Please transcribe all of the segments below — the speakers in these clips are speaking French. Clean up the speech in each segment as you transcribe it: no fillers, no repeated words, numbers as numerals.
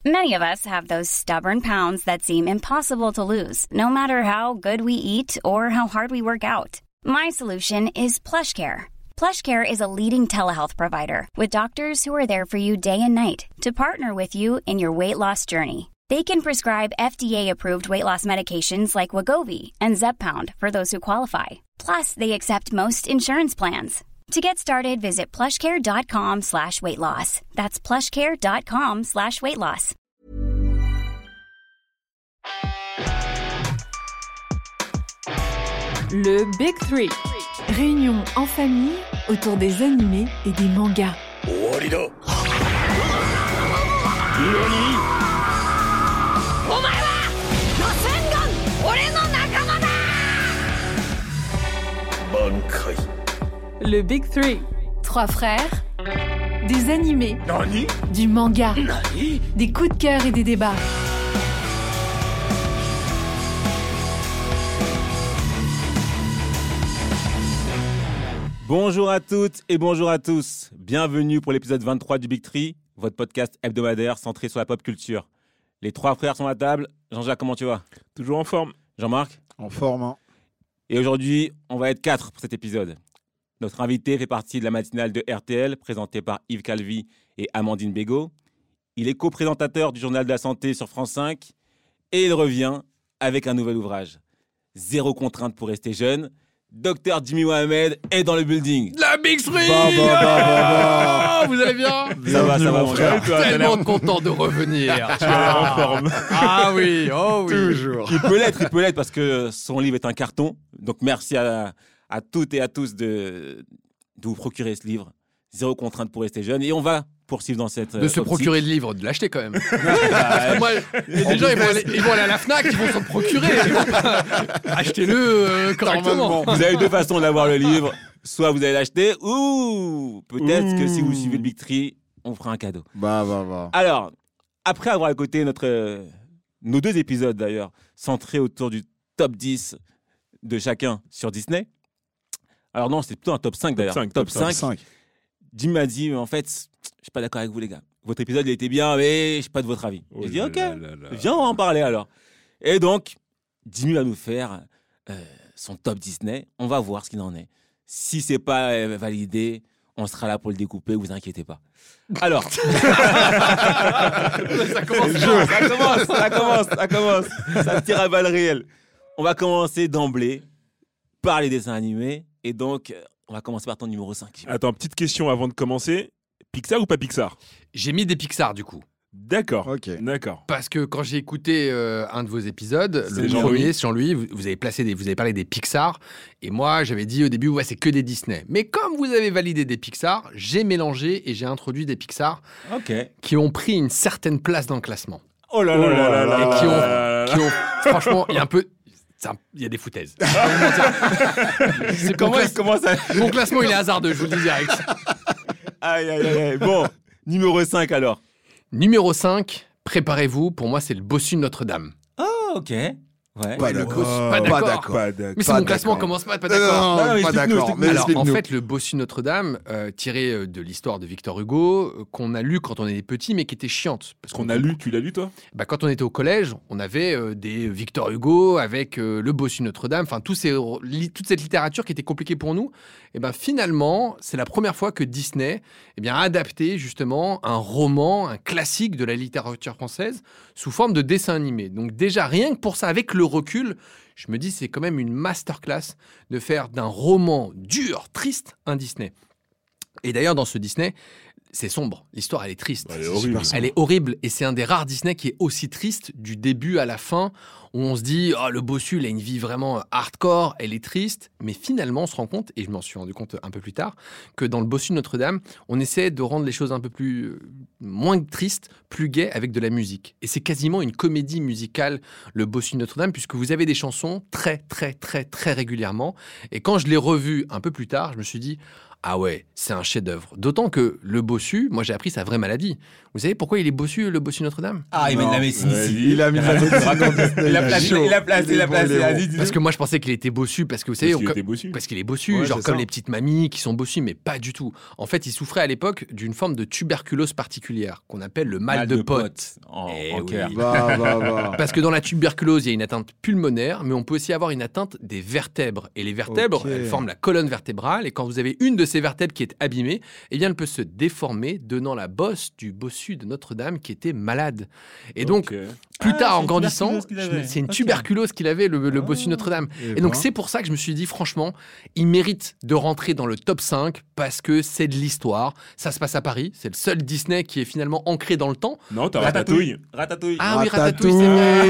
Many of us have those stubborn pounds that seem impossible to lose, no matter how good we eat or how hard we work out. My solution is PlushCare. PlushCare is a leading telehealth provider with doctors who are there for you day and night to partner with you in your weight loss journey. They can prescribe FDA-approved weight loss medications like Wegovy and Zepbound for those who qualify. Plus, they accept most insurance plans. To get started, visit plushcare.com/weightloss. That's plushcare.com/weightloss. Le Big Three. Réunion en famille autour des animés et des mangas. Le Big Three. 3 frères, des animés, du manga, des coups de cœur et des débats. Bonjour à toutes et bonjour à tous. Bienvenue pour l'épisode 23 du Big Three, votre podcast hebdomadaire centré sur la pop culture. Les 3 frères sont à table. Jean-Jacques, comment tu vas ? Toujours en forme. Jean-Marc ? En forme, hein. Et aujourd'hui, on va être 4 pour cet épisode. Notre invité fait partie de la matinale de RTL, présentée par Yves Calvi et Amandine Bégaud. Il est co-présentateur du Journal de la Santé sur France 5 et il revient avec un nouvel ouvrage. Zéro contrainte pour rester jeune. Docteur Jimmy Mohamed est dans le building. La Big Three. Vous allez bien ? Ça va, mon frère. Tellement content de revenir. Tu as l'air en forme. Ah oui, oh oui. Toujours. Il peut l'être parce que son livre est un carton. Donc merci à toutes et à tous de vous procurer ce livre. Zéro contrainte pour rester jeune. Et on va poursuivre dans cette de se optique. procurer le livre, de l'acheter quand même. Moi, les gens, ils vont aller à la FNAC, ils vont se le procurer. Achetez-le correctement. Vous avez 2 façons d'avoir le livre. Soit vous allez l'acheter, ou peut-être que si vous suivez le Big Three, on vous fera un cadeau. Bah. Alors, après avoir écouté nos 2 épisodes d'ailleurs, centrés autour du top 10 de chacun sur Disney. Alors non, c'est plutôt un top 5 d'ailleurs. Top 5. Jim m'a dit, en fait, je suis pas d'accord avec vous les gars. Votre épisode il était bien, mais je suis pas de votre avis. J'ai dit ok, viens on va en parler alors. Et donc, Jimmy va nous faire son top Disney. On va voir ce qu'il en est. Si c'est pas validé, on sera là pour le découper, vous inquiétez pas. Alors, ça commence. Ça tire à balles réelles. On va commencer d'emblée par les dessins animés. Et donc, on va commencer par ton numéro 5. Attends, petite question avant de commencer. Pixar ou pas Pixar ? J'ai mis des Pixar du coup. D'accord. Ok. D'accord. Parce que quand j'ai écouté un de vos épisodes, C'est le Jean-Louis. premier, c'est Jean-Louis, vous avez parlé des Pixar. Et moi, j'avais dit au début, ouais, c'est que des Disney. Mais comme vous avez validé des Pixar, j'ai mélangé et j'ai introduit des Pixar qui ont pris une certaine place dans le classement. Oh là là. Et qui ont franchement, il y a un peu... Il y a des foutaises. Mon classement, il est hasardeux, je vous le dis direct. Aïe. Bon, numéro 5 alors. Numéro 5, préparez-vous, pour moi, c'est le Bossu de Notre-Dame. Oh, ok. Ouais. Pas le d'accord. Bossu, pas d'accord. Pas d'accord. Mais c'est Pas mon classement, d'accord. commence pas d'accord. Non, mais pas explique-nous, d'accord. Mais Alors, en explique-nous. fait, le Bossu de Notre-Dame, tiré de l'histoire de Victor Hugo, qu'on a lu quand on était petit, mais qui était chiante. Parce Qu'on a lu, tu l'as lu toi ? Quand on était au collège, on avait des Victor Hugo avec le Bossu de Notre-Dame, enfin, toute cette littérature qui était compliquée pour nous. Et finalement, c'est la première fois que Disney a adapté justement un roman, un classique de la littérature française, sous forme de dessin animé. Donc déjà, rien que pour ça, avec le recul, je me dis c'est quand même une masterclass de faire d'un roman dur, triste, un Disney. Et d'ailleurs, dans ce Disney, c'est sombre. L'histoire, elle est triste. Elle est horrible. Elle est horrible. Et c'est un des rares Disney qui est aussi triste du début à la fin, où on se dit, le bossu, il a une vie vraiment hardcore, elle est triste. Mais finalement, on se rend compte, et je m'en suis rendu compte un peu plus tard, que dans le Bossu de Notre-Dame, on essaie de rendre les choses un peu moins tristes, plus gaies, avec de la musique. Et c'est quasiment une comédie musicale, le Bossu de Notre-Dame, puisque vous avez des chansons très, très, très, très régulièrement. Et quand je l'ai revu un peu plus tard, je me suis dit, Ah ouais, c'est un chef-d'œuvre. D'autant que le bossu, moi j'ai appris sa vraie maladie. Vous savez pourquoi il est bossu, le bossu Notre-Dame ? Ah, il met de la médecine ici. Il a mis la médecine dans Disney. Il a placé. Parce que moi je pensais qu'il était bossu parce que vous savez, Parce qu'il était bossu. parce qu'il est bossu, Ouais, genre c'est comme ça. les petites mamies qui sont bossues, mais pas du tout. En fait, il souffrait à l'époque d'une forme de tuberculose particulière qu'on appelle le mal de Pott. En Eh cœur. oui. Va. Parce que dans la tuberculose, il y a une atteinte pulmonaire, mais on peut aussi avoir une atteinte des vertèbres. Et les vertèbres, Ok. elles forment la colonne vertébrale. Et quand vous avez une de ces vertèbres qui est abîmée, eh bien, elle peut se déformer, donnant la bosse du bossu de Notre-Dame qui était malade. Et donc, Ok. plus tard, c'est en une grandissant, tuberculose qu'il avait. c'est une Ok. tuberculose qu'il avait, le bossu Notre-Dame. Et donc, c'est pour ça que je me suis dit, franchement, il mérite de rentrer dans le top 5 parce que c'est de l'histoire. Ça se passe à Paris. C'est le seul Disney qui est finalement ancré dans le temps. Non, t'as Ratatouille. Ratatouille. Ah oui, Ratatouille, c'est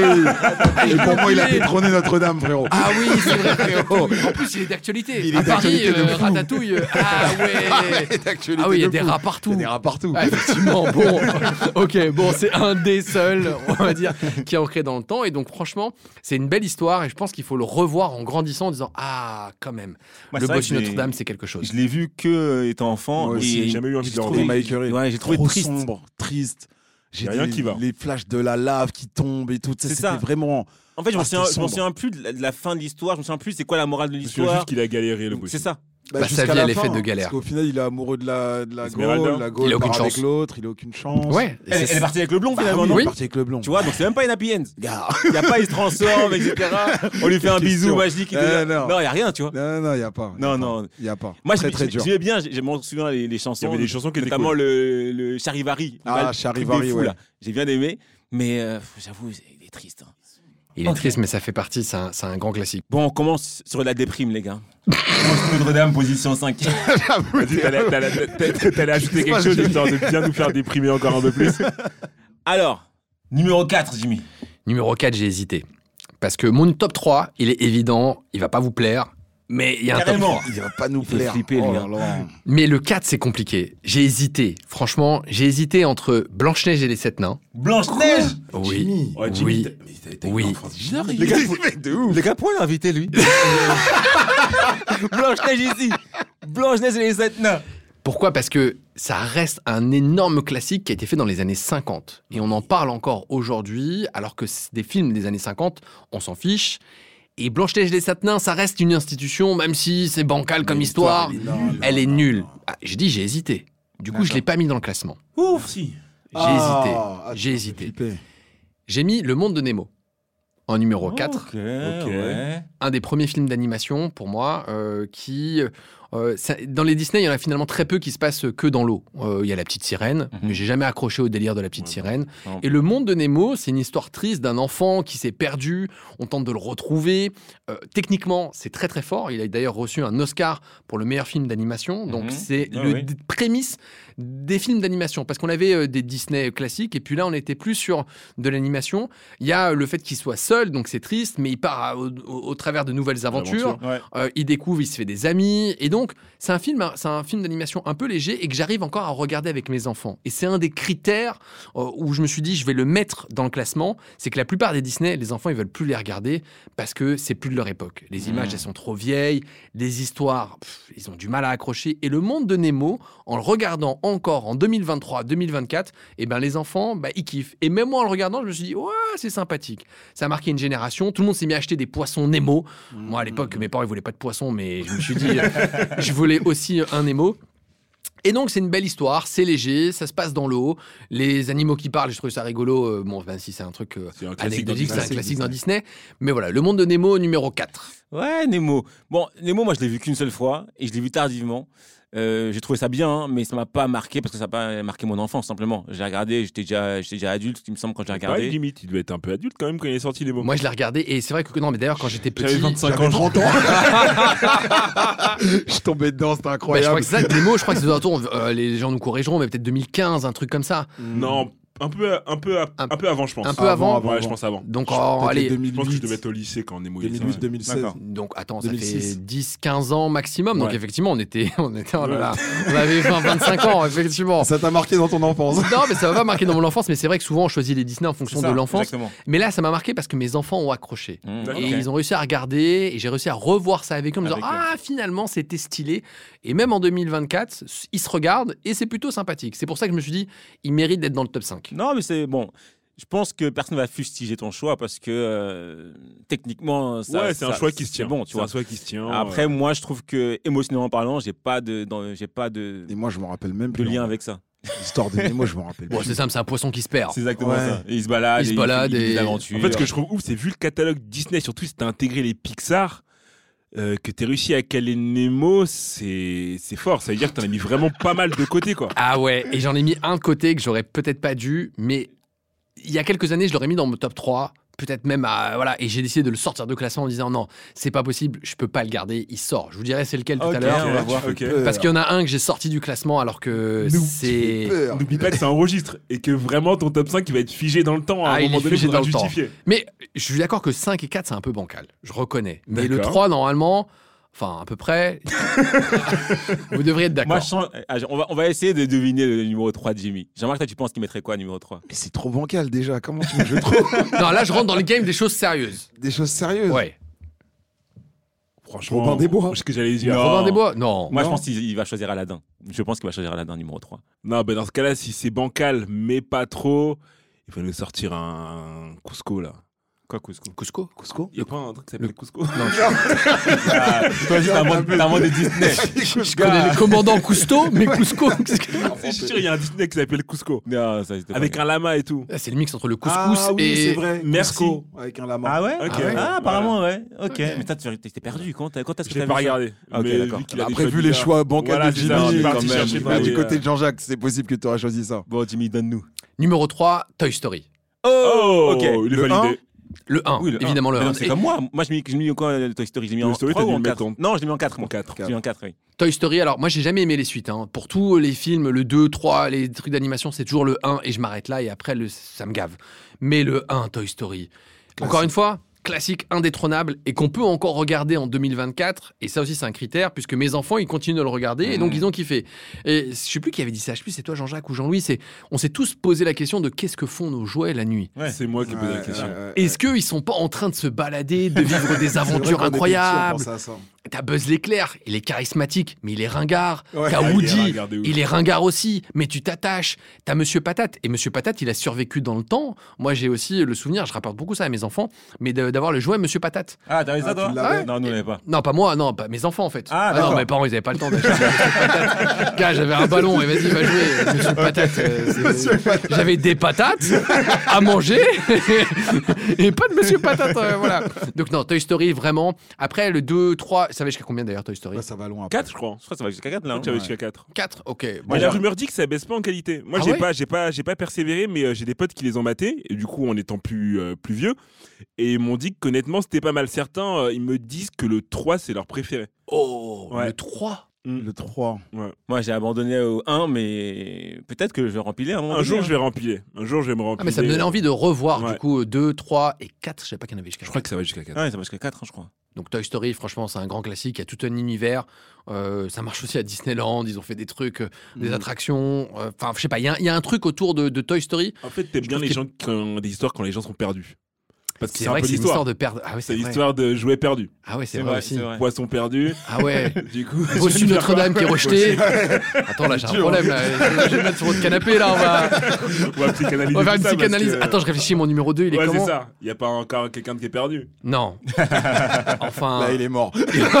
vrai. Et pour moi, il a détrôné Notre-Dame, frérot. Ah oui, c'est vrai, frérot. En plus, il est d'actualité. Il est À Paris, d'actualité de fou. Ratatouille. Ah ouais. Ah oui, il y a des rats partout. Il y a des rats partout. Ah, effectivement, bon. Ok, bon, c'est un des seuls, on va dire, qui est ancré dans le temps. Et donc, franchement, c'est une belle histoire. Et je pense qu'il faut le revoir en grandissant en disant ah, quand même, Moi, le c'est vrai bossu que j'ai- Notre-Dame, c'est quelque chose. Je l'ai vu que étant enfant. Moi aussi, et J'ai jamais eu envie de le trouvé- revoir. Ouais, j'ai trouvé trop triste. sombre, triste. J'ai Y a rien dit, qui va. Les flashs de la lave qui tombent et tout. tu sais, C'est C'était ça. vraiment. En fait, je me Ah, c'était souviens sombre. plus de la fin de l'histoire. Je me souviens plus c'est quoi la morale de Je me souviens l'histoire. juste qu'il a galéré, le bossu. C'est ça. Bah, sa jusqu'à vie, la elle est fin, faite de galères. Parce qu'au final, il est amoureux de la Esmeralda. Gaule. La Gaule Il a aucune part avec chance. l'autre. Il a aucune chance. Ouais. Elle est partie avec le blond Bah finalement, oui, non il Oui. est parti avec le blond. Tu vois, donc c'est même pas une happy end. Gars. Il y a pas, il se transforme, etc. On lui fait un Quelle bisou question. magique. Non. Non, il y a rien, tu vois. Non, il n'y a pas. Non. Il n'y a pas. Moi, très, très dur. j'aimais bien, je me souviens les chansons. Il y avait des chansons qui étaient notamment cool. le Charivari. Ah, le truc Charivari, des fous, ouais. là. J'ai bien aimé, mais j'avoue, il est triste. Hein. Il est Ok. triste, mais ça fait partie, c'est un grand classique. Bon, on commence sur la déprime, les gars. Notre-Dame, position 5. Vas-y, t'allais ajouter quelque chose histoire de bien nous faire déprimer encore un peu plus. Alors, numéro 4, Jimmy. Numéro 4, j'ai hésité. Parce que mon top 3, il est évident, il va pas vous plaire, mais il y a un top Carrément. 3. Il va pas nous Il fait plaire. flipper, lui, Oh là hein. là. Mais le 4, c'est compliqué. J'ai hésité. Franchement, j'ai hésité entre Blanche-Neige et les 7 nains. Blanche-Neige. Oui. Ouais, Jimmy, Oui. t'as Oui. une enfance bizarre, Les gars, De ouf. les gars, pourquoi l'inviter, lui Blanche-Neige ici. Blanche-Neige et les 7 nains. Pourquoi ? Parce que ça reste un énorme classique qui a été fait dans les années 50. Et on en parle encore aujourd'hui, alors que c'est des films des années 50, on s'en fiche. Et Blanche-Neige et les 7 nains, ça reste une institution, même si c'est bancal comme histoire, elle est nulle. Ah, j'ai dit, j'ai hésité. Du coup, je l'ai pas mis dans le classement. Ouf, si. J'ai hésité. J'ai mis Le Monde de Nemo en numéro 4. Ok, ouais. Un des premiers films d'animation pour moi qui dans les Disney, il y en a finalement très peu qui se passent que dans l'eau. Il y a la petite sirène, mais j'ai jamais accroché au délire de la petite sirène. non. Et Le Monde de Nemo, c'est une histoire triste d'un enfant qui s'est perdu. On tente de le retrouver. Techniquement, c'est très très fort. Il a d'ailleurs reçu un Oscar pour le meilleur film d'animation. Donc c'est Ah le oui. prémisse des films d'animation. Parce qu'on avait des Disney classiques et puis là, on était plus sur de l'animation. Il y a le fait qu'il soit seul, donc c'est triste, mais il part au travers de nouvelles aventures. Ouais. Il découvre, il se fait des amis. Et donc, c'est un film d'animation un peu léger et que j'arrive encore à regarder avec mes enfants. Et c'est un des critères où je me suis dit, je vais le mettre dans le classement. C'est que la plupart des Disney, les enfants, ils veulent plus les regarder parce que c'est plus de leur époque. Les images, elles sont trop vieilles. Les histoires, ils ont du mal à accrocher. Et Le Monde de Nemo, en le regardant encore en 2023, 2024, eh ben, les enfants, ils kiffent. Et même moi, en le regardant, je me suis dit, ouais, c'est sympathique. Ça a marqué une génération. Tout le monde s'est mis à acheter des poissons Nemo. Moi, à l'époque, mes parents, ils voulaient pas de poissons, mais je me suis dit, je voulais aussi un Nemo. Et donc, c'est une belle histoire, c'est léger, ça se passe dans l'eau. Les animaux qui parlent, je trouve ça rigolo. Bon, ben, si c'est un truc C'est un classique anecdotique, dans c'est un Disney. classique dans Disney. Mais voilà, Le Monde de Nemo, numéro 4. Ouais, Nemo. Bon, Nemo, moi, je l'ai vu qu'une seule fois et je l'ai vu tardivement. J'ai trouvé ça bien, hein, mais ça m'a pas marqué parce que ça n'a pas marqué mon enfance, simplement. J'ai regardé, j'étais déjà adulte, il me semble, quand j'ai Pareil, regardé. limite, il devait être un peu adulte quand même quand il est sorti les mots. Moi, je l'ai regardé et c'est vrai que non, mais d'ailleurs, quand j'étais petit, J'avais 25 ans. 30 ans. Je tombais dedans, c'était je incroyable. crois que c'est ça, Nemo, je crois que c'est aux alentours, les gens nous corrigeront, mais peut-être 2015, un truc comme ça. Non, Un peu avant, je pense. Un peu avant. Ouais, je pense avant. Donc, Allez, allez. Je pense que je devais être au lycée quand on est mouillé. 2008-2016. D'accord. Donc, attends, ça 2006. fait 10-15 ans maximum. Donc, Ouais. effectivement, on était oh là là, on avait 20-25 ans, effectivement. Ça t'a marqué dans ton enfance. Non, mais ça va pas marquer dans mon enfance. Mais c'est vrai que souvent, on choisit les Disney en fonction C'est ça, de l'enfance. Exactement. Mais là, ça m'a marqué parce que mes enfants ont accroché. D'accord. Et ils ont réussi à regarder, et j'ai réussi à revoir ça avec eux en me disant Avec eux. ah, finalement, c'était stylé. Et même en 2024, ils se regardent et c'est plutôt sympathique. C'est pour ça que je me suis dit, ils méritent d'être dans le top 5. Non, mais c'est bon. Je pense que personne ne va fustiger ton choix parce que techniquement, Ouais, c'est un choix qui se c'est tient. bon, tu C'est vois. un choix qui se tient. Après, moi, je trouve que émotionnellement parlant, j'ai pas de Et moi, je me rappelle même de plus. lien en avec ça. fait. L'histoire de Nemo, je me rappelle Bon, plus. c'est simple, c'est un poisson qui se perd. C'est exactement Ouais. ça. Et il se balade, Il se balade il vit et- des aventures. En fait, ce que je trouve ouf, c'est vu le catalogue Disney, surtout si t'as intégré les Pixar, que t'aies réussi à caler Nemo, c'est fort. Ça veut dire que t'en as mis vraiment pas mal de côté, quoi. Ah ouais, et j'en ai mis un de côté que j'aurais peut-être pas dû, mais il y a quelques années, je l'aurais mis dans mon top 3, peut-être même voilà, et j'ai décidé de le sortir de classement en disant non, c'est pas possible, je peux pas le garder, il sort. Je vous dirai c'est lequel tout à l'heure. on va voir. Ok. Parce qu'il y en a un que j'ai sorti du classement alors que c'est... N'oublie pas que c'est un registre et que vraiment ton top 5 il va être figé dans le temps. À un Ah, il moment est donné, figé faudra dans le temps. justifier. Mais je suis d'accord que 5 et 4, c'est un peu bancal, je reconnais. Mais le D'accord. 3, normalement, enfin à peu près, vous devriez être Moi, d'accord. je sens- on va essayer de deviner le numéro 3 de Jimmy. Jean-Marc, toi, tu penses qu'il mettrait quoi, numéro 3? Mais c'est trop bancal déjà. Comment tu veux que je trouve Non, là je rentre dans le game des choses sérieuses. des choses sérieuses? Ouais. Franchement, Robin des Bois. ce que j'allais dire. Non. Robin des Bois? Non. Moi, je Non. pense qu'il va choisir Aladdin. Je pense qu'il va choisir Aladdin, numéro 3. Non, ben dans ce cas-là, si c'est bancal, mais pas trop, il faut nous sortir un Cusco là. Quoi, Cusco? Cusco? Cusco? Il y a pas un truc qui s'appelle Cusco Ah, toi, c'est un monde de Disney. Je connais les commandants Cousteau, mais Cusco, qu'est-ce que- Je suis sûr, il y a un Disney qui s'appelle Cusco. Non, ça, c'était pas Avec vrai. un lama et tout. Ah, c'est le mix entre le couscous Ah oui, et... c'est vrai. Merci. Cusco, avec un lama. Ah ouais? Ok. Ah, apparemment, ouais. Ok. Mais toi, t'es perdu. Quand est-ce que Je t'as l'ai vu pas ça? regardé. Ah, ok, Mais d'accord. vu qu'il a des Après, vu les bizarres. choix bancals Voilà, de c'est ça, Jimmy, je suis quand parti même. chercher bah, des, du côté de Jean-Jacques, c'est possible que tu aurais choisi ça. Bon, Jimmy, donne-nous. Numéro 3, Toy Story. Oh, ok. il est Le validé. Le 1, Oui, le évidemment un. le Mais 1. non, c'est comme moi. Moi, j'ai mis quoi, Toy Story? J'ai mis Toy en Story, 3 t'as ou dû en le 4? mettre en- Non, je l'ai mis en 4. En 4. J'ai mis en 4, oui. Toy Story, alors moi j'ai jamais aimé les suites. Hein. Pour tous les films, le 2, 3, les trucs d'animation, c'est toujours le 1 et je m'arrête là et après ça me gave. Mais le 1, Toy Story, encore une fois, classique indétrônable et qu'on peut encore regarder en 2024. Et ça aussi, c'est un critère puisque mes enfants, ils continuent de le regarder et donc ils ont kiffé. Et je sais plus qui avait dit ça, je sais plus c'est toi Jean-Jacques ou Jean-Louis, on s'est tous posé la question de qu'est-ce que font nos jouets la nuit. Ouais. C'est moi qui pose la question. Est-ce qu'ils sont pas en train de se balader, de vivre des C'est vrai aventures qu'on était incroyables? petits, on pensait à ça. T'as Buzz l'éclair, il est charismatique, mais il est ringard. Ouais. T'as Ah, il est Woody, ringard de ouf. il est ringard aussi, mais tu t'attaches. T'as Monsieur Patate, et Monsieur Patate, il a survécu dans le temps. Moi, j'ai aussi le souvenir, je rapporte beaucoup ça à mes enfants, mais d'avoir le jouet Monsieur Patate. Ah, t'avais ça, Ah, toi? tu l'avais? Non, nous, on l'avait pas. Non, pas moi, non, pas mes enfants en fait. Ah, non, d'accord. mes parents, ils avaient pas le temps d'acheter Monsieur Patate. Gars, j'avais un ballon, et vas-y, va jouer. Monsieur Patate. J'avais des patates à manger, et pas de Monsieur Patate, voilà. Donc, non, Toy Story, vraiment. Après, le 2, 3, ça va jusqu'à combien d'ailleurs, Toy Story? Ouais, ça va loin. 4, je crois. Je crois que ça va jusqu'à 4, là. Je hein. crois que j'avais Ouais. jusqu'à 4. 4, ok. Mais Bon, la rumeur dit que ça baisse pas en qualité. Moi, Ah j'ai pas persévéré, mais j'ai des potes qui les ont matés, et du coup, en étant plus vieux, et ils m'ont dit qu'honnêtement, c'était pas mal. Certains, ils me disent que le 3, c'est leur préféré. Oh, Ouais. le 3. Le 3. Moi, j'ai abandonné au 1, mais peut-être que je vais rempiler un moment Un donné, jour, hein. je vais rempiler. Un jour, je vais me rempiler. Ah, mais ça me donnait envie de revoir, Ouais. du coup, 2, 3 et 4. Je savais pas qu'il y en avait jusqu'à Je crois 4. que ça va jusqu'à 4. Ouais, ça va jusqu'à 4, je crois. Donc, Toy Story, franchement, c'est un grand classique. Il y a tout un univers. Ça marche aussi à Disneyland. Ils ont fait des trucs, des attractions. Enfin, je sais pas, il y a un truc autour de Toy Story. En fait, t'aimes bien trouve les que- gens qui ont des histoires quand les gens sont perdus. Parce que C'est c'est un vrai peu que c'est une l'histoire. histoire de perdre. Ah, oui, C'est c'est vrai. l'histoire de jouets perdus. Ah, ouais, c'est C'est vrai vrai, aussi. c'est vrai. Poisson perdu. Ah, ouais. Du coup. Bossu Notre-Dame qui est rejeté. Attends, là, j'ai un problème. Là. Je vais me mettre sur votre canapé. Là, on va On va psychanalyser faire une tout ça, psychanalyse. parce que- Attends, je réfléchis. Mon numéro 2, il est Ouais, c'est comment? ça. Il n'y a pas encore quelqu'un qui est perdu. Non. Enfin. Là, il est mort.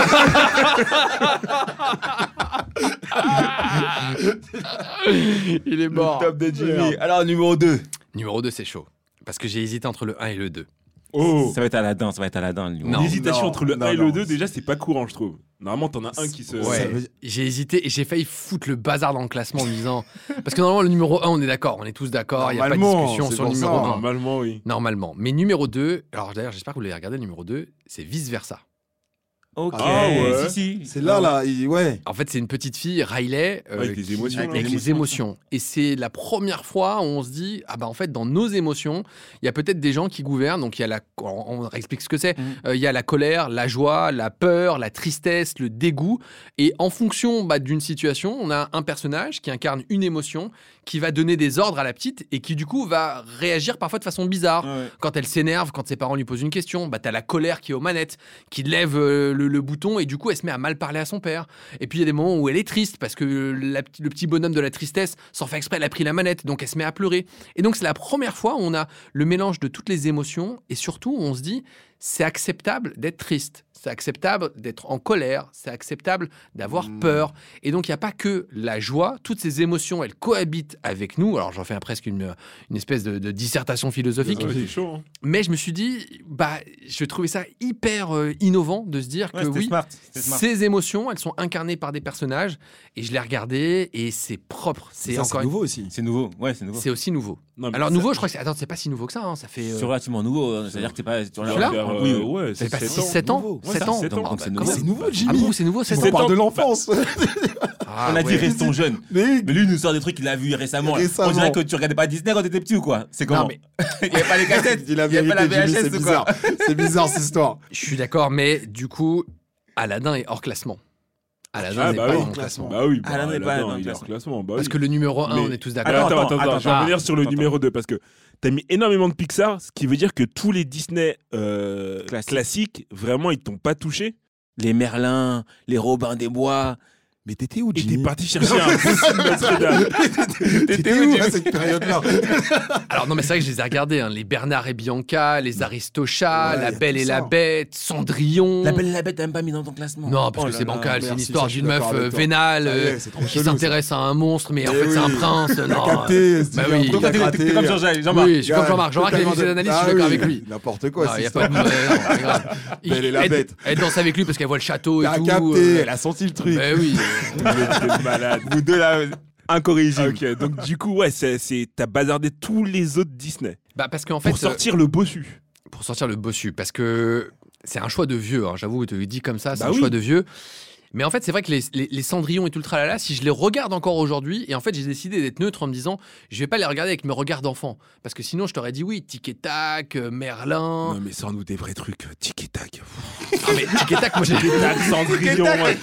Il est mort. Top de Jimmy. Alors, numéro 2. Numéro 2, c'est chaud. Parce que j'ai hésité entre le 1 et le 2. Oh Ça va être Aladdin, le numéro Non. L'hésitation Non, entre le non, 1 et non. le 2, déjà, c'est pas courant, je trouve. Normalement, t'en as un qui se. Ouais, Ça veut- j'ai hésité et j'ai failli foutre le bazar dans le classement en me disant. Parce que normalement, le numéro 1, on est d'accord, on est tous d'accord, il n'y a pas de Normalement, discussion c'est sur le pour numéro ça. 1. Normalement, oui. Normalement. Mais numéro 2, alors d'ailleurs, j'espère que vous l'avez regardé, le numéro 2, c'est vice versa. Ok, Ah ouais. si. C'est là, ouais. En fait, c'est une petite fille, Riley, Avec les émotions, avec là. les émotions. Et c'est la première fois où on se dit, en fait, dans nos émotions, il y a peut-être des gens qui gouvernent. Donc, il y a on explique ce que c'est. Il y a la colère, la joie, la peur, la tristesse, le dégoût. Et en fonction d'une situation, on a un personnage qui incarne une émotion, qui va donner des ordres à la petite et qui, du coup, va réagir parfois de façon bizarre. Ouais. Quand elle s'énerve, quand ses parents lui posent une question, t'as la colère qui est aux manettes, qui lève le bouton et du coup elle se met à mal parler à son père. Et puis il y a des moments où elle est triste parce que le petit bonhomme de la tristesse, sans faire exprès, elle a pris la manette, donc elle se met à pleurer. Et donc c'est la première fois où on a le mélange de toutes les émotions et surtout on se dit c'est acceptable d'être triste, c'est acceptable d'être en colère, c'est acceptable d'avoir peur. Et donc il n'y a pas que la joie, toutes ces émotions elles cohabitent avec nous. Alors j'en fais presque une espèce de dissertation philosophique. Ouais, c'est chaud. Hein. Mais je me suis dit, je trouvais ça hyper innovant de se dire que c'était oui, smart. ces émotions, elles sont incarnées par des personnages. Et je l'ai regardé et c'est propre. C'est nouveau aussi. C'est nouveau. Ouais, c'est nouveau. C'est aussi nouveau. Non, mais Alors ça- nouveau, je crois que c'est pas si nouveau que ça. Hein. Ça fait. C'est relativement nouveau. C'est-à-dire que t'es pas. Tu Celui-là regardes- Oui, oui. ouais, Ça fait pas 7 ans. 7 ans. Nouveau. 7 Ouais, ans. c'est 7 ans. Donc c'est quand nouveau. C'est nouveau, Ah Jimmy. bon, c'est nouveau, 7 On ans. parle de l'enfance. Ah, On a dit ouais. restons jeunes. Mais Mais lui, il nous sort des trucs qu'il a vus récemment. Récemment. On dirait que tu regardais pas Disney quand t'étais petit ou quoi? C'est comment? Non, mais Il n'y avait pas les cassettes. dis la Il n'y avait vérité, pas la Jimmy, VHS c'est ou bizarre. quoi? C'est bizarre cette histoire. je suis d'accord, mais du coup, Aladdin est hors classement. Aladdin Ah, n'est bah pas oui. dans le classement. Bah oui, Aladdin n'est pas dans le il est hors classement. Bah Parce oui. que le numéro 1, Mais- on est tous d'accord. Alors, Attends, attends, je vais attends. revenir sur le Attends. numéro 2 parce que t'as mis énormément de Pixar, ce qui veut dire que tous les Disney classiques, vraiment, ils t'ont pas touché. Les Merlins, les Robins des Bois. Mais t'étais où, Et t'es Jimmy? parti chercher un bout de Notre-Dame. T'étais où à cette période-là? Alors non, mais c'est vrai que je les ai regardés. Hein. Les Bernard et Bianca, les Aristochats, Ouais, La y a Belle tout et ça. la Bête, Cendrillon. La Belle et la Bête, t'as même pas mis dans ton classement. Non, parce Oh que là c'est là. bancal. C'est une merci, histoire ça, je suis d'une meuf d'accord avec toi. vénale Ça y est, c'est trop qui chelou, s'intéresse à un monstre, mais en Eh fait c'est un oui. prince. T'as Non. capté. Bah oui. Donc, t'es comme Jean-Jacques. Oui, je suis comme Jean-Marc. Jean-Marc, il a vu ses analyses, je suis d'accord avec lui. N'importe quoi, Il c'est n'y a pas de. Non, c'est grave. Belle et la Bête. Elle danse avec lui parce qu'elle voit le château et T'as tout. capté, elle a senti le truc. Bah oui. T'es malade. Vous deux là, incorrigibles. Ok, donc du coup, ouais, t'as bazardé tous les autres Disney Bah parce qu'en fait. pour sortir le bossu. Pour sortir le bossu, parce que c'est un choix de vieux, hein, j'avoue, te le dis comme ça, c'est Bah un oui. choix de vieux. Mais en fait, c'est vrai que les Cendrillon et tout le tralala, si je les regarde encore aujourd'hui, et en fait, j'ai décidé d'être neutre en me disant, je vais pas les regarder avec mes regards d'enfant. Parce que sinon, je t'aurais dit oui, Tic et Tac, Merlin. Non, mais sors-nous des vrais trucs. Tic et tac. Ah, mais Tic et Tac, moi j'ai. Tac, Cendrillon.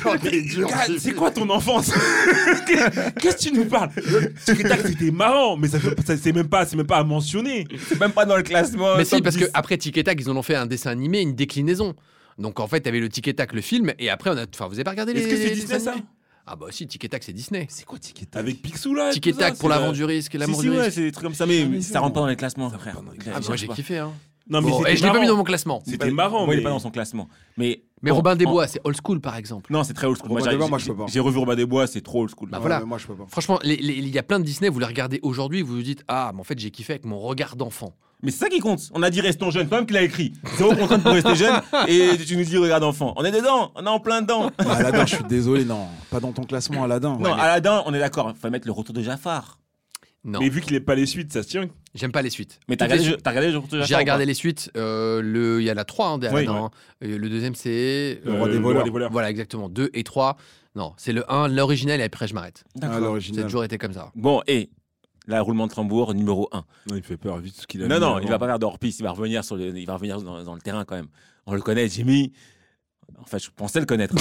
Gars, c'est quoi ton enfance? Qu'est-ce que tu nous parles? Tic et tac, c'était marrant, mais c'est même pas à mentionner. C'est même pas dans le classement. Mais si, top parce 10. que après Tic et Tac, ils en ont fait un dessin animé, une déclinaison. Donc en fait, t'avais le Tic et Tac, le film, et après, enfin, vous avez pas regardé les. Est-ce que c'est les Disney, ça? animés Ah bah si, Tic et Tac, c'est Disney. C'est quoi Tic et Tac? Avec Picsou là. Tic et Tac pour l'avant du risque, l'amour Si, du ouais, risque. c'est des trucs comme ça, mais ça rentre pas dans les classements, frère. Ah, moi j'ai kiffé, hein. Non, mais Bon, c'était et je l'ai pas mis marrant. dans mon classement. C'était marrant, Moi, il est mais pas dans son classement. Mais Mais Robin des Bois, c'est old school par exemple. Non, c'est très old school. Robin des Bois, moi, je peux pas. J'ai revu Robin des Bois, c'est trop old school. Bah voilà. mais moi, je peux pas. Franchement, il y a plein de Disney, vous les regardez aujourd'hui, vous vous dites ah, mais en fait j'ai kiffé avec mon regard d'enfant. Mais c'est ça qui compte. On a dit restons jeunes, toi-même qui l'a écrit. Zéro contrainte pour rester jeune et tu nous dis regarde enfant. On est dedans, on est en plein dedans. Bah, Aladdin, je suis désolé, non. Pas dans ton classement, Aladdin. Non, Aladdin, on est d'accord. Faut mettre le retour de Jafar. Non, Mais vu qu'il est pas les suites, ça se tient. j'aime pas les suites. Mais t'as Toutes les regardé, suites. t'as regardé le retour de Jafar? J'ai regardé ou les suites. Il y a la 3 des Oui, Aladdin. ouais. Hein. Le deuxième c'est. Le roi des voleurs. Voilà, exactement. 2 et 3. Non, c'est le 1, l'original, et après je m'arrête. pas? À D'accord. Ça a l'original. toujours été comme ça. Bon, et là, roulement de tambour numéro 1. Non, il fait peur, vu tout ce qu'il a Non, mis non, avant. il va pas faire de hors-piste, il va revenir dans le terrain quand même. On le connaît, Jimmy. En fait, je pensais le connaître.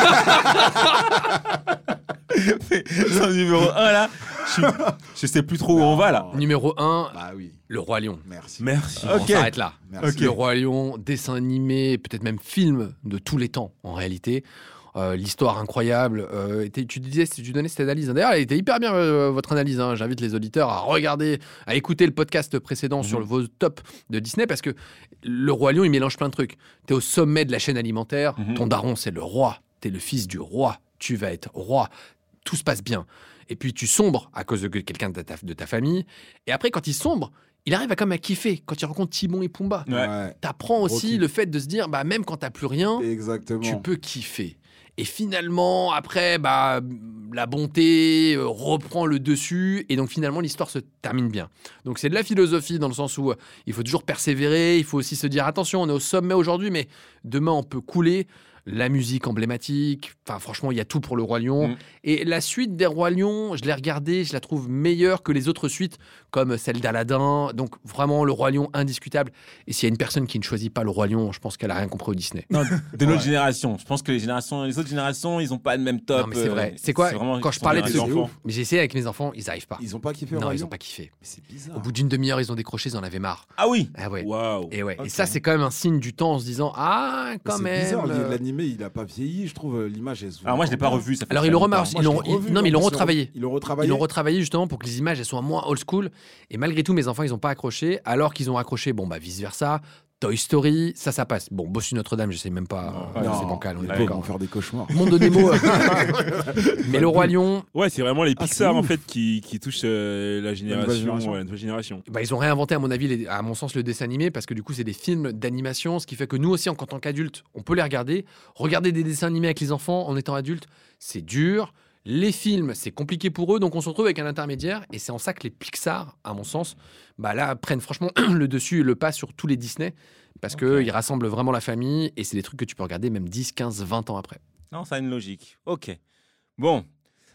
Son numéro 1 là, je sais plus trop où on va là. Numéro 1, Bah oui. Le Roi Lion. Merci. Merci. On s'arrête là. Merci. Le Roi Lion, dessin animé, peut-être même film de tous les temps en réalité. L'histoire incroyable. Tu donnais cette analyse. D'ailleurs, elle était hyper bien votre analyse. Hein. J'invite les auditeurs à regarder, à écouter le podcast précédent sur vos tops de Disney parce que le Roi Lion, il mélange plein de trucs. T'es au sommet de la chaîne alimentaire. Ton daron, c'est le roi. T'es le fils du roi. Tu vas être roi. Tout se passe bien. Et puis tu sombres à cause de quelqu'un de ta famille. Et après, quand il sombre, il arrive à kiffer quand il rencontre Timon et Pumba. Ouais. T'apprends aussi kiff. le fait de se dire, bah, même quand t'as plus rien, Exactement. tu peux kiffer. Et finalement, après, bah, la bonté reprend le dessus. Et donc, finalement, l'histoire se termine bien. Donc, c'est de la philosophie dans le sens où il faut toujours persévérer. Il faut aussi se dire, attention, on est au sommet aujourd'hui, mais demain, on peut couler. la musique emblématique. Enfin, franchement, il y a tout pour le Roi Lion. Et la suite des Rois Lions, je l'ai regardée, je la trouve meilleure que les autres suites, comme celle d'Aladin. Donc, vraiment, le Roi Lion indiscutable. Et s'il y a une personne qui ne choisit pas le Roi Lion, je pense qu'elle a rien compris au Disney. Non, de notre génération. Je pense que les autres générations, ils n'ont pas le même top. Non, mais c'est vrai. C'est quoi quand je parlais de ce enfants, mais j'ai essayé avec mes enfants, ils n'arrivent pas. Ils ont pas kiffé. Non, ils n'ont pas kiffé. Mais c'est bizarre. Au bout d'une demi-heure, ils ont décroché, ils en avaient marre. Ah oui. Ah ouais. Waouh. Et ouais. Ok. Et ça, c'est quand même un signe du temps en se disant ah quand C'est même. bizarre, l'animé il a pas vieilli, je trouve l'image elle se voit Alors moi, je l'ai pas encore revu. Ça fait Alors ils très l'ont longtemps. remarqué, non mais ils l'ont retravaillé. Ils l'ont retravaillé. Ils l'ont retravaillé justement pour que les images elles soient moins old school. Et malgré tout, mes enfants, ils n'ont pas accroché. Alors qu'ils ont accroché, bon, bah, vice-versa. Toy Story, ça passe. Bon, Bossu Notre-Dame, je sais même pas. C'est bancal, on est Ils vont d'accord. faire des cauchemars. Monde de Nemo. Mais le Roi Lion, Ouais, c'est vraiment les Pixar c'est en ouf. fait qui touchent la génération. nouvelle génération. bah, ils ont réinventé, à mon avis, à mon sens, le dessin animé parce que du coup, c'est des films d'animation, ce qui fait que nous aussi, en tant qu'adultes, on peut les regarder. Regarder des dessins animés avec les enfants en étant adulte, c'est dur. Les films, c'est compliqué pour eux, donc on se retrouve avec un intermédiaire. Et c'est en ça que les Pixar, à mon sens, bah là, prennent franchement le dessus et le pas sur tous les Disney. Parce qu'ils rassemblent vraiment la famille et c'est des trucs que tu peux regarder même 10, 15, 20 ans après. Non, ça a une logique. Ok. Bon.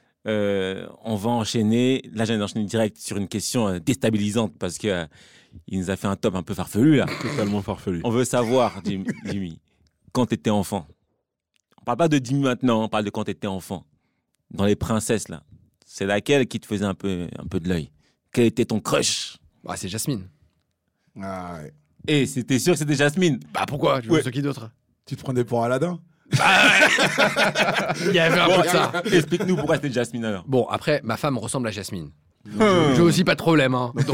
On va enchaîner. Là, j'ai enchaîné direct sur une question déstabilisante parce que il nous a fait un top un peu farfelu là. Totalement farfelu. On veut savoir, Jimmy, quand tu étais enfant. On parle pas de Jimmy maintenant, on parle de quand tu étais enfant. Dans les princesses là, c'est laquelle qui te faisait un peu de l'œil? Quel était ton crush? Bah, c'est Jasmine. Ah, ouais. Et c'était sûr que c'était Jasmine. Bah pourquoi? Tu veux qui d'autre? Tu te prenais pour Aladdin? Il y avait un peu de ça. Explique-nous pourquoi c'était Jasmine alors. Bon, après, ma femme ressemble à Jasmine. J'ai aussi pas de problème. Hein. Donc,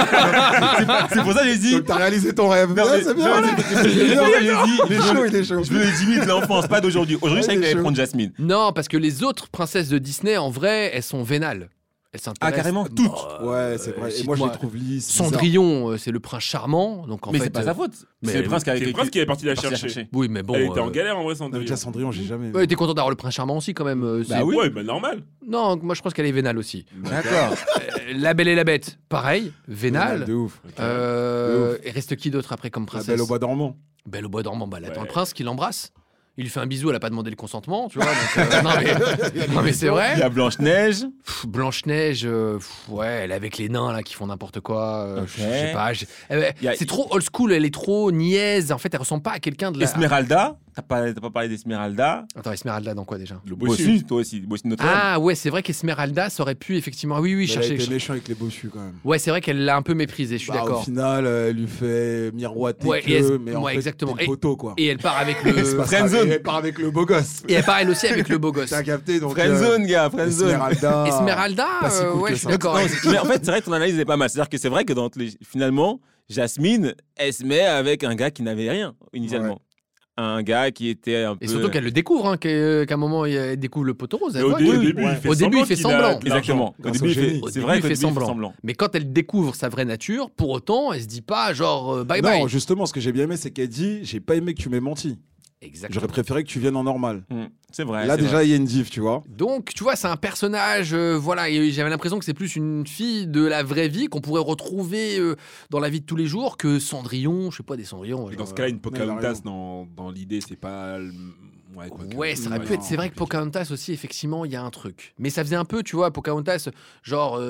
C'est pour ça que j'ai dit. Donc t'as réalisé ton rêve. Non, Ouais, mais- c'est bien. non, mais- Il est chaud, il est chaud. Je veux les Jimmy de l'enfance, pas d'aujourd'hui. Aujourd'hui, je savais il que est j'allais chaud. prendre Jasmine. non, parce que les autres princesses de Disney, en vrai, elles sont vénales. Elles s'intéressent. carrément, toutes. Ouais, c'est vrai. Et moi, je les trouve lisses. bizarres. Cendrillon, c'est le prince charmant. Donc en Mais fait, c'est pas sa faute. mais C'est le prince qui C'est le prince qui est parti la parti chercher. Oui, mais bon. Elle était en galère en vrai, Non, mais Cendrillon. déjà, Cendrillon, j'ai jamais. Ouais, t'es content d'avoir le prince charmant aussi, quand même. Bah oui, ouais, bah normal. Non, moi je pense qu'elle est vénale aussi. D'accord. La Belle et la Bête, pareil, vénale. De ouf. Et reste qui d'autre après comme La princesse? Belle au bois dormant. Belle au bois dormant, bah, elle attend Ouais. le prince qui l'embrasse. Il lui fait un bisou, elle a pas demandé le consentement, tu vois. Donc, non, mais c'est vrai. Il y a Blanche-Neige. Blanche-Neige, ouais, elle est avec les nains là qui font n'importe quoi. Ok. Je sais pas. Il y a- C'est trop old school, elle est trop niaise. En fait, elle ressemble pas à quelqu'un de la. Esmeralda. T'as pas parlé d'Esmeralda. Attends, Esmeralda dans quoi déjà? Le bossu. Bossu, toi aussi. Bossu Notre-Dame. Ah ouais, c'est vrai qu'Esmeralda, ça aurait pu effectivement. Oui, Mais elle a chercher. été méchant avec les bossus quand même. Ouais, c'est vrai qu'elle l'a un peu méprisé, je suis Bah, d'accord. Au final, elle lui fait miroiter Ouais, que, et elle- mais en ouais, fait, exactement. t'es le poteau, quoi. Et elle part avec le. Friendzone. Elle part avec le beau gosse. Et elle part elle aussi avec le beau gosse. T'as capté, donc. Friendzone, gars, friendzone. Esmeralda. Esmeralda, pas si cool ouais, que je suis ça. d'accord. Non, mais en fait, c'est vrai que ton analyse est pas mal. C'est-à-dire que c'est vrai que finalement, Jasmine, elle se met avec un gars qui n'avait rien initialement. Un gars qui était un peu. Et surtout qu'elle le découvre, hein, qu'à un moment elle découvre le poteau rose. Elle Et au voit dé- que- au début, ouais. il fait Au début, il fait qu'il a semblant. de l'argent. Exactement. Au Grâce début, au il fait, génie. Au c'est début, vrai il qu'au fait début, il fait semblant. semblant. Mais quand elle découvre sa vraie nature, pour autant, elle se dit pas genre bye Non, bye. justement, ce que j'ai bien aimé, c'est qu'elle dit j'ai pas aimé que tu m'aies menti. Exactement. J'aurais préféré que tu viennes en normal. C'est vrai. Là, c'est déjà, vrai. il y a une diff, tu vois. Donc, tu vois, c'est un personnage, voilà, et j'avais l'impression que c'est plus une fille de la vraie vie qu'on pourrait retrouver dans la vie de tous les jours que Cendrillon, je sais pas, des Cendrillons. Et genre, dans ce cas-là, une elle a Pocahontas raison. dans l'idée, c'est pas. Ouais, quoi que- Ouais, ça aurait Ouais, pu être. non, C'est vrai que Pocahontas aussi, effectivement, il y a un truc. Mais ça faisait un peu, tu vois, Pocahontas, genre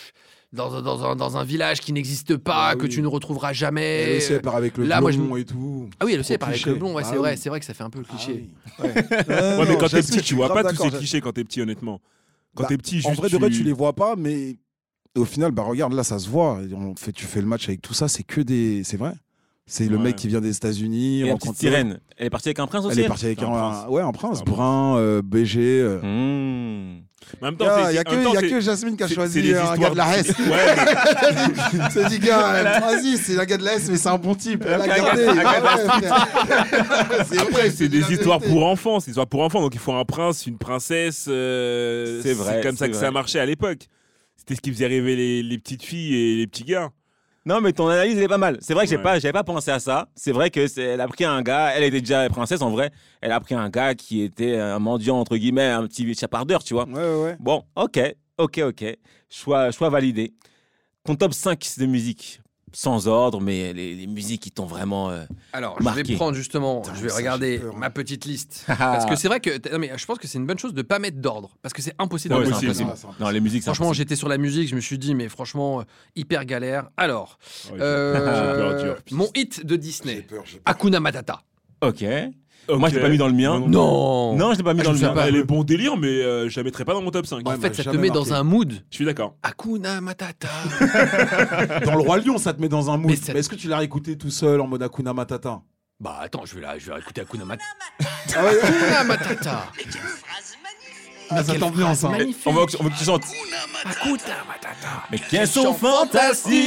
dans un village qui n'existe pas, Ah que oui. tu ne retrouveras Elle jamais. aussi, elle part avec le là, moi, blond et tout. Ah oui, elle aussi, elle Trop parle avec cliché. le blond, ouais, Ah c'est oui. vrai que ça fait un peu le cliché. Ah oui. Ouais, mais quand t'es petit, tu vois pas tous ces clichés. clichés quand t'es petit, honnêtement. Quand Bah, t'es petit, juste. En vrai, de vrai, tu les vois pas, mais au final, bah regarde, là, ça se voit. Tu fais le match avec tout ça, c'est que des. C'est vrai. C'est le Ouais. mec qui vient des États-Unis. Et la rencontre petite sirène. Elle est partie avec un prince aussi. Elle est partie avec C'est un prince. un prince Un brun, BG. Mais en même temps, Il y a en même temps, c'est- que Jasmine qui a c'est choisi les un gars de la S. Ouais, C'est dit, gars, vas-y, c'est un gars de la S, mais c'est un bon type. Elle a Un gars gardé. de la Après, c'est la des histoires vérité. pour enfants. C'est des histoires pour enfants. Donc, il faut un prince, une princesse. C'est vrai, C'est comme ça c'est que vrai. ça marchait à l'époque. C'était ce qui faisait rêver les petites filles et les petits gars. Non, mais ton analyse, elle est pas mal. C'est vrai que Ouais. j'avais pas pensé à ça. C'est vrai que elle a pris un gars, elle était déjà princesse en vrai. Elle a pris un gars qui était un mendiant, entre guillemets, un petit chapardeur, tu vois. Ouais. Bon, ok. Choix validé. Ton top 5 de musique sans ordre, mais les musiques qui t'ont vraiment. Alors, marqué. je vais prendre justement, Putain, je vais ça, regarder j'ai peur, ma petite liste. Parce que c'est vrai que. Non, mais je pense que c'est une bonne chose de pas mettre d'ordre. Parce que c'est impossible. Ouais, de c'est mettre impossible. d'ordre. Non, les musiques, c'est Franchement, impossible. j'étais sur la musique, je me suis dit, mais franchement, hyper galère. Alors, Ouais, j'ai peur, dur. mon hit de J'ai Disney, peur. Hakuna Matata. Ok. Moi, je l'ai pas mis dans le mien. Non. Non, je l'ai pas mis Ah, dans je le sais mien. pas. Elle est bon délire, mais je la mettrais pas dans mon top 5. En Ouais, fait, m'a ça te jamais met marqué. dans un mood. Je suis d'accord. Hakuna Matata. Dans le Roi Lion, ça te met dans un mood. Mais Mais, ça- est-ce que tu l'as écouté tout seul en mode Hakuna Matata? Bah attends, je vais écouter Hakuna Matata. Ah ouais, Hakuna Matata. ah, ça Quelle t'ambiance, phrase hein. magnifique. On veut que tu chantes. Hakuna Matata. Mais qu'elles sont fantastiques.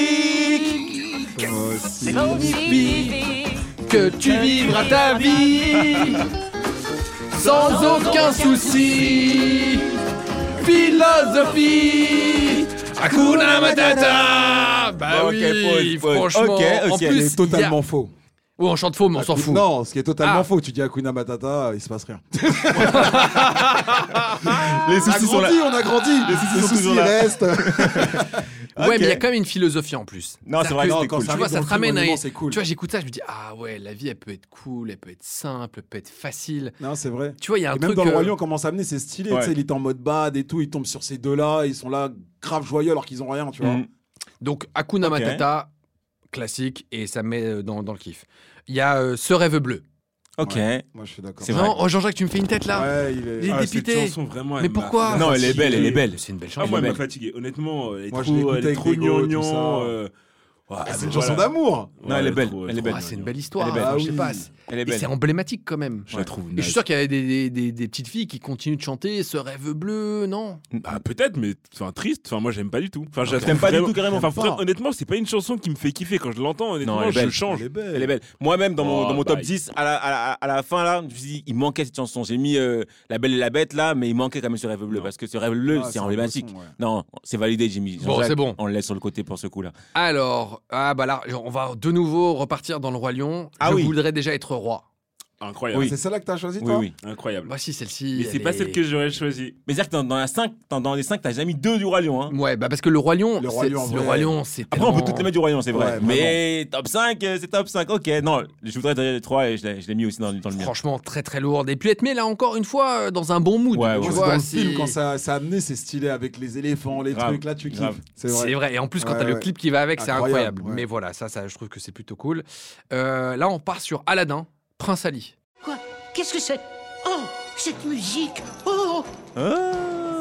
Que tu vivras ta vie sans aucun souci. Philosophie. Hakuna Matata. Bah Ok, oui, pause. franchement. Ok, En ok. plus, C'est totalement faux. Oui, on chante faux, mais on s'en fout. Non, ce qui est totalement Ah. faux. Tu dis Hakuna Matata, il se passe rien. Les On a soucis sont là. grandi, on a grandi. Les sont toujours là. restent. Ouais, Ok. mais il y a quand même une philosophie en plus. Non, c'est vrai que Non, c'était quand cool. ça Tu vois, arrive ça dans te le ramène film, à. c'est cool. Tu vois, j'écoute ça, je me dis, ah ouais, la vie, elle peut être cool, elle peut être simple, elle peut être facile. Non, c'est vrai. Tu vois, il y a un Et même truc. dans le Roi Lion, on commence à amener, c'est stylé. Ouais. Tu sais, il est en mode bad et tout. Il tombe sur ces deux-là. Ils sont là, grave joyeux alors qu'ils ont rien, tu vois. Mhm. Donc, Hakuna Ok. Matata, classique, et ça me met dans le kiff. Il y a Ce rêve bleu. Ok. Moi, je suis d'accord. C'est vrai. Non, oh Jean-Jacques, tu me fais une tête là. Ouais, il est. Il est Ah, cette dépité. chanson, vraiment, Mais elle m'a pourquoi fatigué. Non, elle est belle, elle est belle. C'est une belle Ah, chanson. moi, elle belle. m'a fatigué. Honnêtement, elle est Moi, je l'ai trop, écouté elle est avec trop Lego, tout gnangnan. ça. C'est une chanson voilà. d'amour. Non, elle est belle, trop, elle est trop belle. C'est une gnangnan. belle histoire. Elle est belle. Enfin, Ah je sais oui. pas. Elle est Et belle. c'est emblématique quand même. Je la trouve Et je suis sûr qu'il y avait des petites filles qui continuent de chanter Ce rêve bleu, non? Ah, peut-être, mais enfin, triste. Enfin, moi, j'aime pas du tout. Enfin, je la T'aimes trouve pas du vraiment- tout, carrément. Enfin, Pas. honnêtement, c'est pas une chanson qui me fait kiffer. Quand je l'entends, honnêtement, elle est je belle. change. Elle est belle. Elle est belle. Moi-même, dans Oh, mon top bye. 10, à la fin, là, je me suis dit, il manquait cette chanson. J'ai mis La Belle et la Bête, là, mais il manquait quand même ce rêve bleu. Non. Parce que ce rêve bleu, Ah, c'est un emblématique. beau son, ouais. Non, c'est validé, Jimmy. Bon, Jean-Jacques, c'est bon. On le laisse sur le côté pour ce coup-là. Alors, ah bah là, on va de nouveau repartir dans le Roi Lion. Ah Je oui. voudrais déjà être roi. Incroyable. Oui. C'est celle-là que t'as choisi, Oui, toi? oui. Incroyable. Voici celle-ci. Mais c'est elle pas est- celle que j'aurais choisie. Mais c'est-à-dire que dans les 5, t'as jamais mis 2 du Roi Lion. Hein. Ouais, bah parce que le Roi Lion, Le Roi Lion, le ouais. Roi Lion, c'est Après, on peut tellement- toutes les mettre du Roi Lion, c'est vrai. Ouais, mais top 5, c'est top 5. Ok, non, je voudrais dire les 3 et je l'ai mis aussi dans le mien. Franchement, très très lourde. Et puis être mis là encore une fois dans un bon mood. Ouais, tu ouais. Moi, c'est vois, dans le c'est- film, quand ça a amené, c'est stylé avec les éléphants, les Grave, trucs, là, tu kiffes. grave. C'est C'est vrai. vrai. Et en plus, quand Ouais, t'as le ouais. clip qui va avec, c'est Incroyable, incroyable. ouais. Mais voilà, ça, je trouve que c'est plutôt cool. Là, on part sur Aladdin, Prince Ali. Quoi? Qu'est-ce que c'est? Oh, cette musique! Oh! Ah.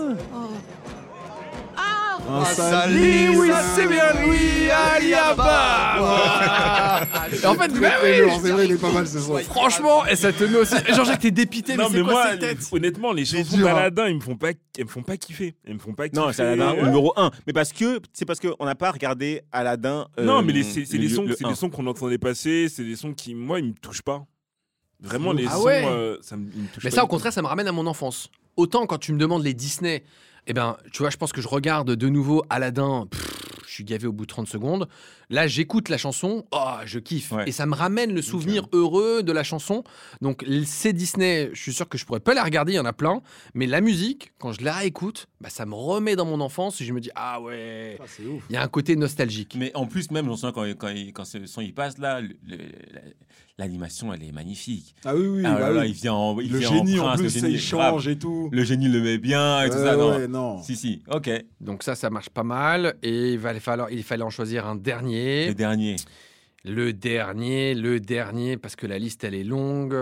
Un sali, oui, c'est bien lui, Aliaba. Et en fait, bah oui, C'est vrai, il est pas mal ce son. franchement, et ça te met aussi. Et Jean-Jacques, t'es dépité, mais Non, c'est mais quoi moi, cette tête? honnêtement, les chansons dur, hein. d'Aladin, elles me font pas kiffer. Elles me font pas kiffer. Non, c'est Aladdin Ouais. numéro 1. Mais parce qu'on n'a pas regardé Aladdin. Non, mais c'est le- des sons, le c'est 1. des sons qu'on entendait passer. C'est des sons qui, moi, ils me touchent pas. Vraiment, les Ah sons, ouais. ils me touchent Mais pas ça, du au contraire, ça me ramène à mon enfance. Autant quand tu me demandes les Disney, eh ben, tu vois, je pense que je regarde de nouveau Aladdin. Je suis gavé au bout de 30 secondes. Là, j'écoute la chanson, oh, je kiffe. Ouais. Et ça me ramène le souvenir heureux de la chanson. Donc, ces Disney, je suis sûr que je pourrais pas les regarder, il y en a plein. Mais la musique, quand je la réécoute, bah, ça me remet dans mon enfance et je me dis, ah ouais, Ah, c'est ouf. il y a un côté nostalgique. Mais en plus, même, quand ce son il passe là, l'animation elle est magnifique. Ah oui, oui. Ah bah là là, oui. il vient en Le vient génie en prince, le plus, génie, il grave. change et tout. Le génie le met bien et tout Ouais, ça. Non. ouais, non. Si, ok. Donc ça marche pas mal. Et il fallait en choisir un dernier. Le dernier. Le dernier, parce que la liste, elle est longue.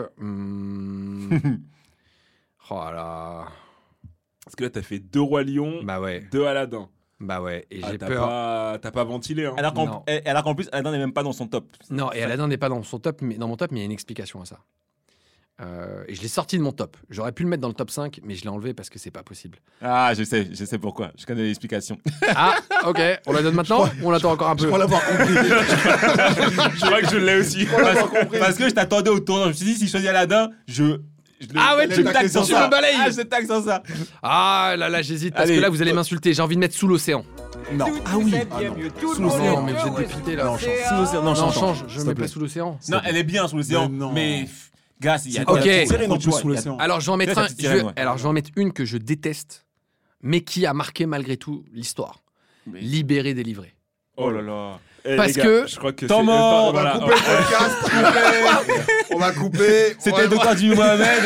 Oh là. Parce que là, t'as fait 2 Rois Lions, Bah ouais, 2 Aladin. Et Ah, j'ai t'as peur. t'as pas ventilé, hein. Alors Non. qu'en plus, Aladdin n'est même pas dans son top. Non, et Aladdin n'est pas dans mon top, mais il y a une explication à ça. Et je l'ai sorti de mon top. J'aurais pu le mettre dans le top 5, mais je l'ai enlevé parce que c'est pas possible. Ah, je sais pourquoi. Je connais l'explication. Ah, ok. On la donne maintenant ou on attend encore un Je peu? crois l'avoir compris. Je crois que je l'ai aussi. Parce que je t'attendais au tournant. Je me suis dit, si je choisis Aladdin, Ah ouais, je tu taxe sur tu ça. me balayes. Ah, je taxe sur ça. Ah là là, j'hésite parce Allez. que là, vous allez m'insulter. J'ai envie de mettre Sous l'océan. Non. Ah oui. Sous Non, l'océan. mais vous êtes dépité là. Non, change. Sous l'océan. Non, Non, change. change. Je s'il te mets plaît. pas Sous l'océan. Non, elle est bien sous l'océan. Mais non. Mais, gars, il y a C'est quoi, Ok. la petite Sirène sirène en en plus plus, sous ouais. l'océan. Alors, je vais en mettre C'est la un. petite sirène, ouais. Alors, je vais en mettre une que je déteste, mais qui a marqué malgré tout l'histoire. Mais- Libéré, délivré. Oh là là. Parce les gars, que- je crois que Temps mort. On va couper le podcast, s'il vous plaît. On va couper. C'était le docteur Jimmy Mohamed.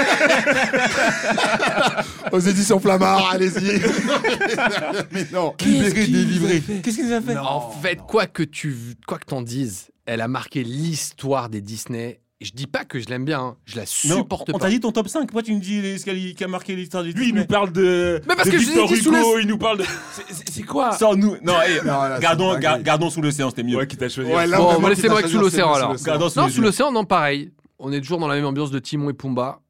Aux éditions Flammard, allez-y. Mais non, libéré, délivré. Qu'est-ce qu'il nous a fait? En fait, quoi que t'en dises, elle a marqué l'histoire des Disney. Je dis pas que je l'aime bien, hein. Je la supporte On pas. t'a dit ton top 5. Pourquoi tu me dis qui a marqué l'histoire du Lui, il nous parle de. Mais parce de que je vous ai Victor dit sous Hugo, il nous parle de. C'est quoi? Sors-nous. Non, là, gardons, c'est pas grave. gardons sous l'océan, c'était mieux. Ouais, qui t'a choisi. Ouais, là, Bon, vraiment, laissez-moi qui avec t'a Sous l'océan choisi, alors. Sous Gardons sous Non, les sous yeux. l'océan, non, pareil. On est toujours dans la même ambiance de Timon et Pumba.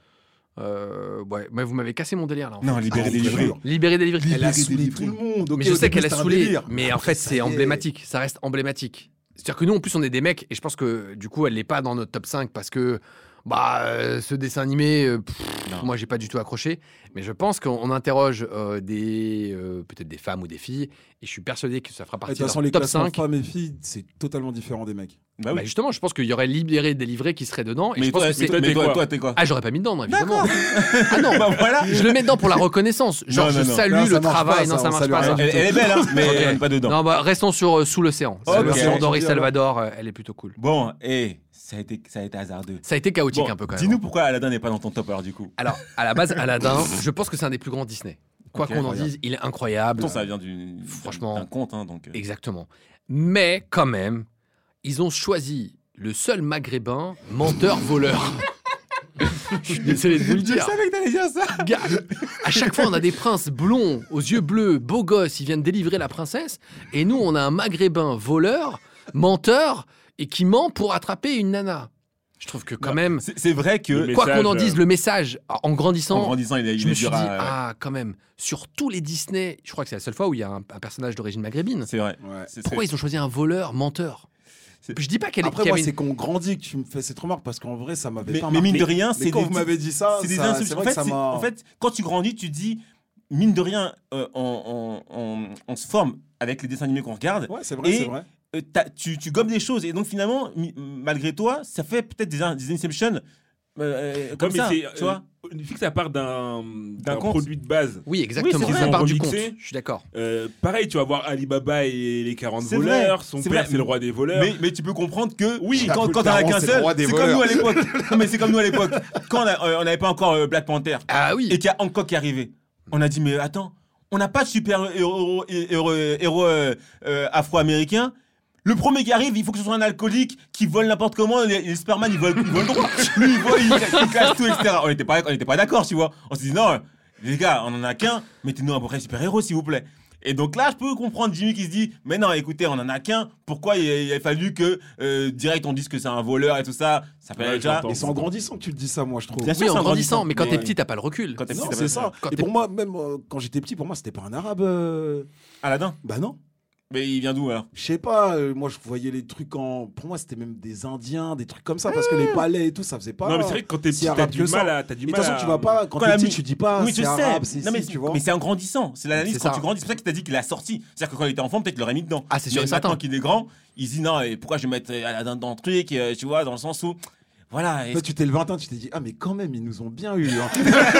Ouais, mais vous m'avez cassé mon délire là. En Non, fait. libéré, Ah, délivré. jure. Libéré, délivré. Elle a saoulé tout le monde. Ok, Mais je au sais début, qu'elle a c'était un saoulé, délire. mais en Après, fait ça c'est y est. emblématique, ça reste emblématique. C'est-à-dire que nous en plus on est des mecs et je pense que du coup elle n'est pas dans notre top 5 parce que ce dessin animé, Non. moi j'ai pas du tout accroché, mais je pense qu'on interroge peut-être des femmes ou des filles et je suis persuadé que ça fera De partie toute de leur façon, les top classements 5. femmes et filles, c'est totalement différent des mecs. Bah oui. Bah justement, je pense qu'il y aurait libéré, délivré qui serait dedans et Mais je pense toi, que c'est... t'es quoi? Ah, j'aurais pas mis dedans, non, évidemment. Ah non, bah voilà. Je le mets dedans pour la reconnaissance. Genre, Non, je non, non. salue Non, le ça marche travail. pas, Non, ça, ça on marche salue pas, ça. rien. Elle est belle, hein, mais Ok. elle est pas dedans. Non, bah, restons sur Sous l'océan. Ok. L'océan Doris Ok. Salvador, elle est plutôt cool. Bon, ça a été hasardeux. Ça a été chaotique Bon, un peu quand même. dis-nous pourquoi Aladdin n'est pas dans ton top alors du coup. Alors, à la base, Aladdin, je pense que c'est un des plus grands Disney. Quoi Ok, qu'on en incroyable. dise, il est incroyable. Pourtant, ça vient Franchement. d'un conte, hein, donc. Exactement. Mais quand même, ils ont choisi le seul maghrébin menteur-voleur. Je suis désolé de vous le Je dire. savais que t'allais dire ça. Gars, à chaque fois, on a des princes blonds, aux yeux bleus, beaux gosses, ils viennent délivrer la princesse. Et nous, on a un maghrébin voleur, menteur, et qui ment pour attraper une nana. Je trouve que quand même, C'est vrai que Le quoi qu'on en message, dise, le message, en grandissant, en grandissant, il je me suis dit, dira, ah, quand même, sur tous les Disney, je crois que c'est la seule fois où il y a un personnage d'origine maghrébine. c'est vrai. Ouais. Pourquoi ils ont choisi un voleur, menteur? C'est- Je dis pas qu'elle est. Après, qu'il y moi, avait c'est qu'on grandit que tu me fais cette remarque parce qu'en vrai, ça m'avait pas Mais mine marqué. de rien, Mais c'est quand des vous m'avez dit ça, c'est des ça- insultes. c'est En vrai fait, que ça m'a. en fait, quand tu grandis, tu dis, mine de rien, on se forme avec les dessins animés qu'on regarde. Ouais, c'est vrai, Et- c'est vrai. Tu gommes des choses. Et donc, finalement, malgré toi, ça fait peut-être des Inception comme mais ça. c'est, Tu vois vu que ça part d'un conte. produit de base. Oui, exactement. Oui, c'est ça vrai. part du Remixé. compte. Je suis d'accord. Pareil, tu vas voir Alibaba et les 40 C'est voleurs. vrai, Son c'est père, vrai. c'est le roi des voleurs. mais tu peux comprendre que Oui, quand t'en as Clairement, qu'un c'est le seul, roi des c'est comme nous à voleurs. l'époque. Non, mais c'est comme nous à l'époque. Quand on n'avait pas encore Black Panther Ah oui. et qu'il y a Hancock qui est arrivé, on a dit mais attends, on n'a pas de super héros afro-américains. Le premier qui arrive, il faut que ce soit un alcoolique qui vole n'importe comment. Les Superman, ils volent droit. Lui, il casse tout, etc. On n'était pas d'accord, tu vois. On s'est dit non, les gars, on en a qu'un. Mettez-nous un vrai super-héros, s'il vous plaît. Et donc là, je peux comprendre Jimmy qui se dit mais non, écoutez, on en a qu'un. Pourquoi il a fallu que direct on dise que c'est un voleur et tout ça. Ça fait Ouais, déjà. j'entends. Et c'est en grandissant que tu le dis ça, moi, je trouve. Bien sûr, Oui, c'est en grandissant, mais quand mais- t'es petit, t'as pas le recul. Quand t'es Non, petit, c'est ça. Quand Et t'es- pour moi, même quand j'étais petit, pour moi, c'était pas un arabe. Aladdin. Bah non. Mais il vient d'où alors? Je sais pas, moi je voyais les trucs en. Pour moi, c'était même des Indiens, des trucs comme ça, parce que les palais et tout, ça faisait pas. Non, mais c'est vrai que quand t'es si petit, t'as arabe du que ça. mal à. T'as du Et de mal toute façon, à- tu vas pas. Quand Quand t'es la petit, mu- tu dis pas. Oui, je c'est arabe, sais. c'est Non, mais, si, tu vois. mais c'est en grandissant. C'est l'analyse C'est quand ça. tu grandis. C'est pour ça qu'il t'a dit qu'il a sorti. C'est-à-dire que quand il était enfant, peut-être qu'il l'aurait mis dedans. Ah, c'est sûr Mais et certain. maintenant qu'il est grand, il se dit non, et pourquoi je vais mettre Aladdin dans le truc, tu vois, dans le sens où. Voilà. Toi, tu t'es levé un matin, tu t'es dit, ah, mais quand même, ils nous ont bien eu. Hein.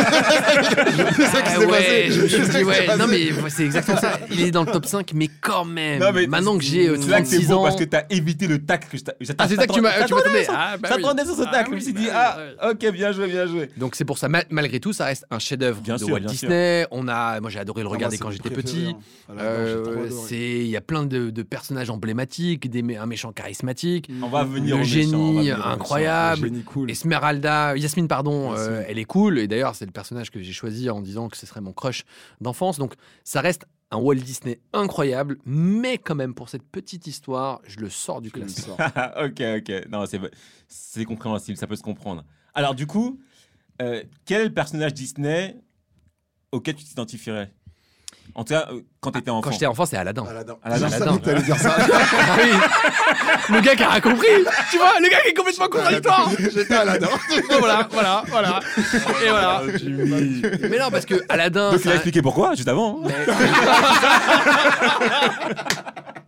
Ah ouais, je me suis dit, ouais, passé. non mais c'est exactement ça. Il est dans le top 5, mais quand même. Non, mais Maintenant que j'ai c'est là que c'est 36 beau ans. parce que t'as évité le tacle que je t'ai. Ah, c'est ça que tu m'attendais. Ça Ah, bah oui. t'attendait sur ce tacle. Je me suis dit, ok, bien joué, bien joué. Donc c'est pour ça, malgré tout, ça reste un chef-d'œuvre Bien de sûr, Walt bien Disney. Moi j'ai adoré le Ah, regarder moi, quand c'est j'étais mon préféré, petit. hein. Aladdin, j'ai trop adoré. Il y a plein de personnages emblématiques, un méchant charismatique, On va venir le au méchant, on va génie venir au méchant. incroyable. Génie cool. Esmeralda, Yasmine, pardon, Yasmine. elle est cool. Et d'ailleurs, c'est le personnage que j'ai choisi en disant que ce serait mon crush d'enfance. Donc, ça reste un Walt Disney incroyable. Mais quand même, pour cette petite histoire, je le sors du Tu le classement. sors. Ok. Non, c'est compréhensible, ça peut se comprendre. Alors, du coup, quel est le personnage Disney auquel tu t'identifierais? En tout cas, quand t'étais enfant. Quand j'étais enfant, c'est Aladdin. Aladdin. Aladdin. Je savais que t'allais dire ça. Ah oui. Le gars qui a rien compris, tu vois, le gars qui est complètement contradictoire. J'étais Aladdin. Voilà. Et voilà. Mais non, parce que Aladdin. Donc, il a ça- expliqué pourquoi, juste avant. hein.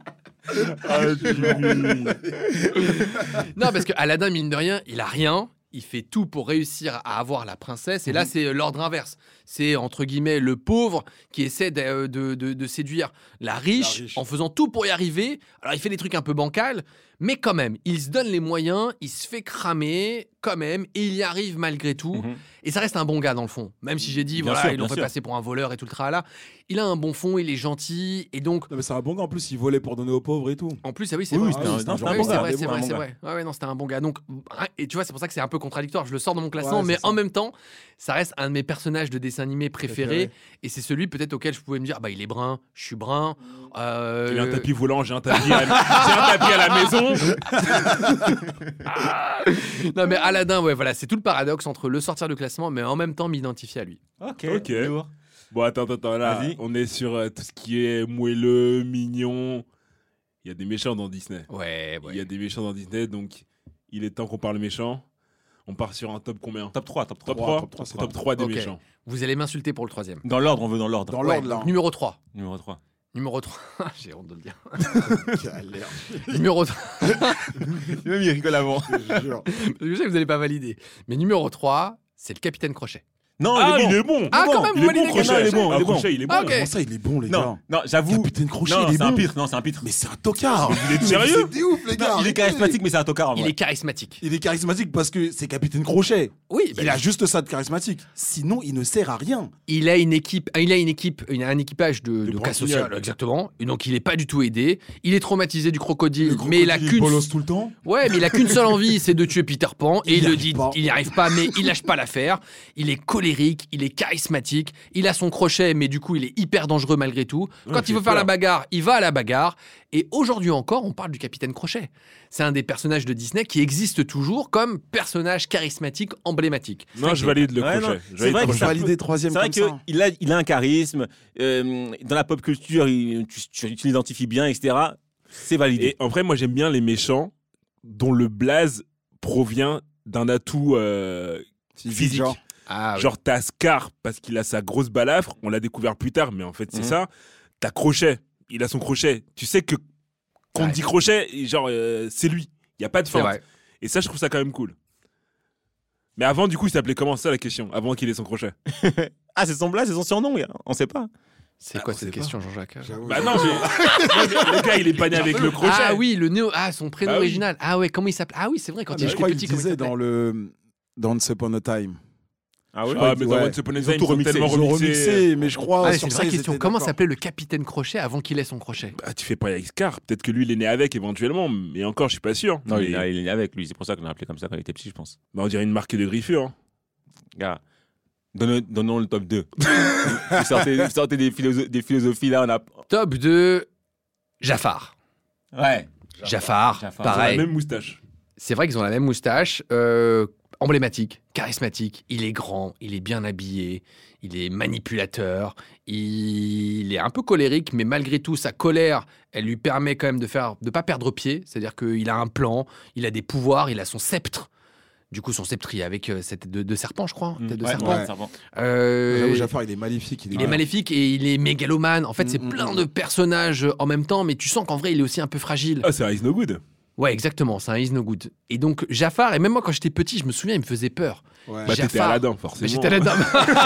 Non, parce que Aladdin, mine de rien, il a rien. il fait tout pour réussir à avoir la princesse. Et là, c'est l'ordre inverse. C'est, entre guillemets, le pauvre qui essaie de séduire la riche en faisant tout pour y arriver. Alors, il fait des trucs un peu bancals, mais quand même, il se donne les moyens, il se fait cramer quand même, et il y arrive malgré tout. Et ça reste un bon gars dans le fond. Même si j'ai dit, ils l'ont fait passer pour un voleur et tout le tralala. Il a un bon fond, il est gentil, et donc... Non, mais c'est un bon gars, en plus, il volait pour donner aux pauvres et tout. En plus, oui, c'est vrai. C'était un bon gars. C'est vrai. Ouais, non, c'était un bon gars. Donc, et tu vois, c'est pour ça que c'est un peu contradictoire. Je le sors de mon classement, mais en même temps, ça reste un de mes personnages de dessin animé préférés. Et c'est celui peut-être auquel je pouvais me dire, il est brun, je suis brun. J'ai un tapis volant, j'ai un tapis à la maison. Non, mais Aladdin, c'est tout le paradoxe entre le sortir du classement, mais en même temps m'identifier à lui. Ok. Bon, attends, là, on est sur tout ce qui est moelleux, mignon. Il y a des méchants dans Disney. Ouais. Il y a des méchants dans Disney, donc il est temps qu'on parle méchants. On part sur un top combien ? Top 3. Top 3 des méchants. Vous allez m'insulter pour le troisième. Dans l'ordre, on veut dans l'ordre. Dans l'ordre, là. Numéro 3. Numéro 3. J'ai honte de le dire. Numéro 3. Même il rigole avant. Je sais que vous n'allez pas valider. Mais numéro 3, c'est le Capitaine Crochet. Non, il est bon. Quand même, vous validez Crochet. Il est bon. Crochet, il est bon. Ok. Comment ça, il est bon, les gars? Non, j'avoue. Capitaine Crochet, Non, il est c'est un bon. pitre. Non, c'est un pitre. Mais c'est un tocard. Il est sérieux ? C'est ouf, les gars. Il est charismatique, mais c'est un tocard. en Il vrai. est charismatique. Il est charismatique parce que c'est Capitaine Crochet. Oui, Il a juste ça de charismatique. Sinon, il ne sert à rien. il a un équipage de cas branquignoles. social, exactement. Et donc, il n'est pas du tout aidé. Il est traumatisé du crocodile, mais il a il qu'une. bolosse tout le temps. Ouais, mais il a qu'une seule envie, c'est de tuer Peter Pan. Et Il il y le arrive dit, pas. il n'y arrive pas, mais il lâche pas l'affaire. Il est colérique, il est charismatique. Il a son crochet, mais du coup, il est hyper dangereux malgré tout. Quand il veut faire la bagarre, il va à la bagarre. Et aujourd'hui encore, on parle du Capitaine Crochet. C'est un des personnages de Disney qui existe toujours comme personnage charismatique emblématique. Non, je valide le Ouais, Crochet. non, Je c'est vrai valide que le Je ça Crochet. validais troisième C'est vrai comme ça. qu'il a un charisme. Dans la pop culture, tu l'identifies bien, etc. C'est validé. Et en vrai, moi, j'aime bien les méchants dont le blaze provient d'un atout physique. genre. Ah, Genre, t'as Scar parce qu'il a sa grosse balafre. On l'a découvert plus tard, mais en fait, c'est Mhm. ça. T'as Crochet. Il a son crochet. Tu sais que quand on Ouais. dit Crochet, genre, c'est lui. Il n'y a pas de c'est feinte. vrai. Et ça, je trouve ça quand même cool. Mais avant, du coup, il s'appelait comment, ça, la question ? Avant qu'il ait son crochet. Ah, c'est son blaze, c'est son surnom, gars. On sait pas. C'est quoi on cette sait question, Jean-Jacques? Bah non, le gars, il est pas né avec le crochet. Ah oui, le néo. Ah, son prénom Bah oui. original. Ah ouais, comment il s'appelle? Ah oui, c'est vrai, quand il Je était crois qu'il petit, comment il disait s'appelait? dans Once Upon a Time. Ah oui. Ah, mais dans Ouais. Once Upon a Ils Time, ont tout ils sont remixé. tellement Ils ont remixés. remixé, mais je crois. Ah, sur c'est une ça, vraie ils question. étaient Comment d'accord. s'appelait le Capitaine Crochet avant qu'il ait son crochet? Bah, tu fais pas avec Scar. Peut-être que lui, il est né avec éventuellement. Mais encore, je suis pas sûr. Non, Mais- il est né avec lui. C'est pour ça qu'on l'a appelé comme ça quand il était petit, je pense. Bah, on dirait une marque de griffure. Hein. Gars, donnons le top 2. Vous sortez des philosophies là. On a... Top 2, Jafar. Ouais. Jafar, Jafar. Ils ont pareil. la même moustache. C'est vrai qu'ils ont la même moustache. Emblématique, charismatique. Il est grand, il est bien habillé, il est manipulateur, il est un peu colérique, mais malgré tout, sa colère, elle lui permet quand même de pas perdre pied. C'est-à-dire qu'il a un plan, il a des pouvoirs, il a son sceptre. Du coup, son sceptre, il est avec cette tête de serpent, je crois. Tête de serpent. ouais. serpent. J'avoue, Jafar, il est maléfique. Il est maléfique et il est mégalomane. En fait, c'est plein de personnages en même temps, mais tu sens qu'en vrai, il est aussi un peu fragile. Ah, c'est Ice No Good. Ouais, exactement, c'est un is no good. Et donc, Jafar, et même moi, quand j'étais petit, je me souviens, il me faisait peur. Ouais. Bah, t'étais Jafar. Aladdin, forcément. Mais j'étais Aladdin.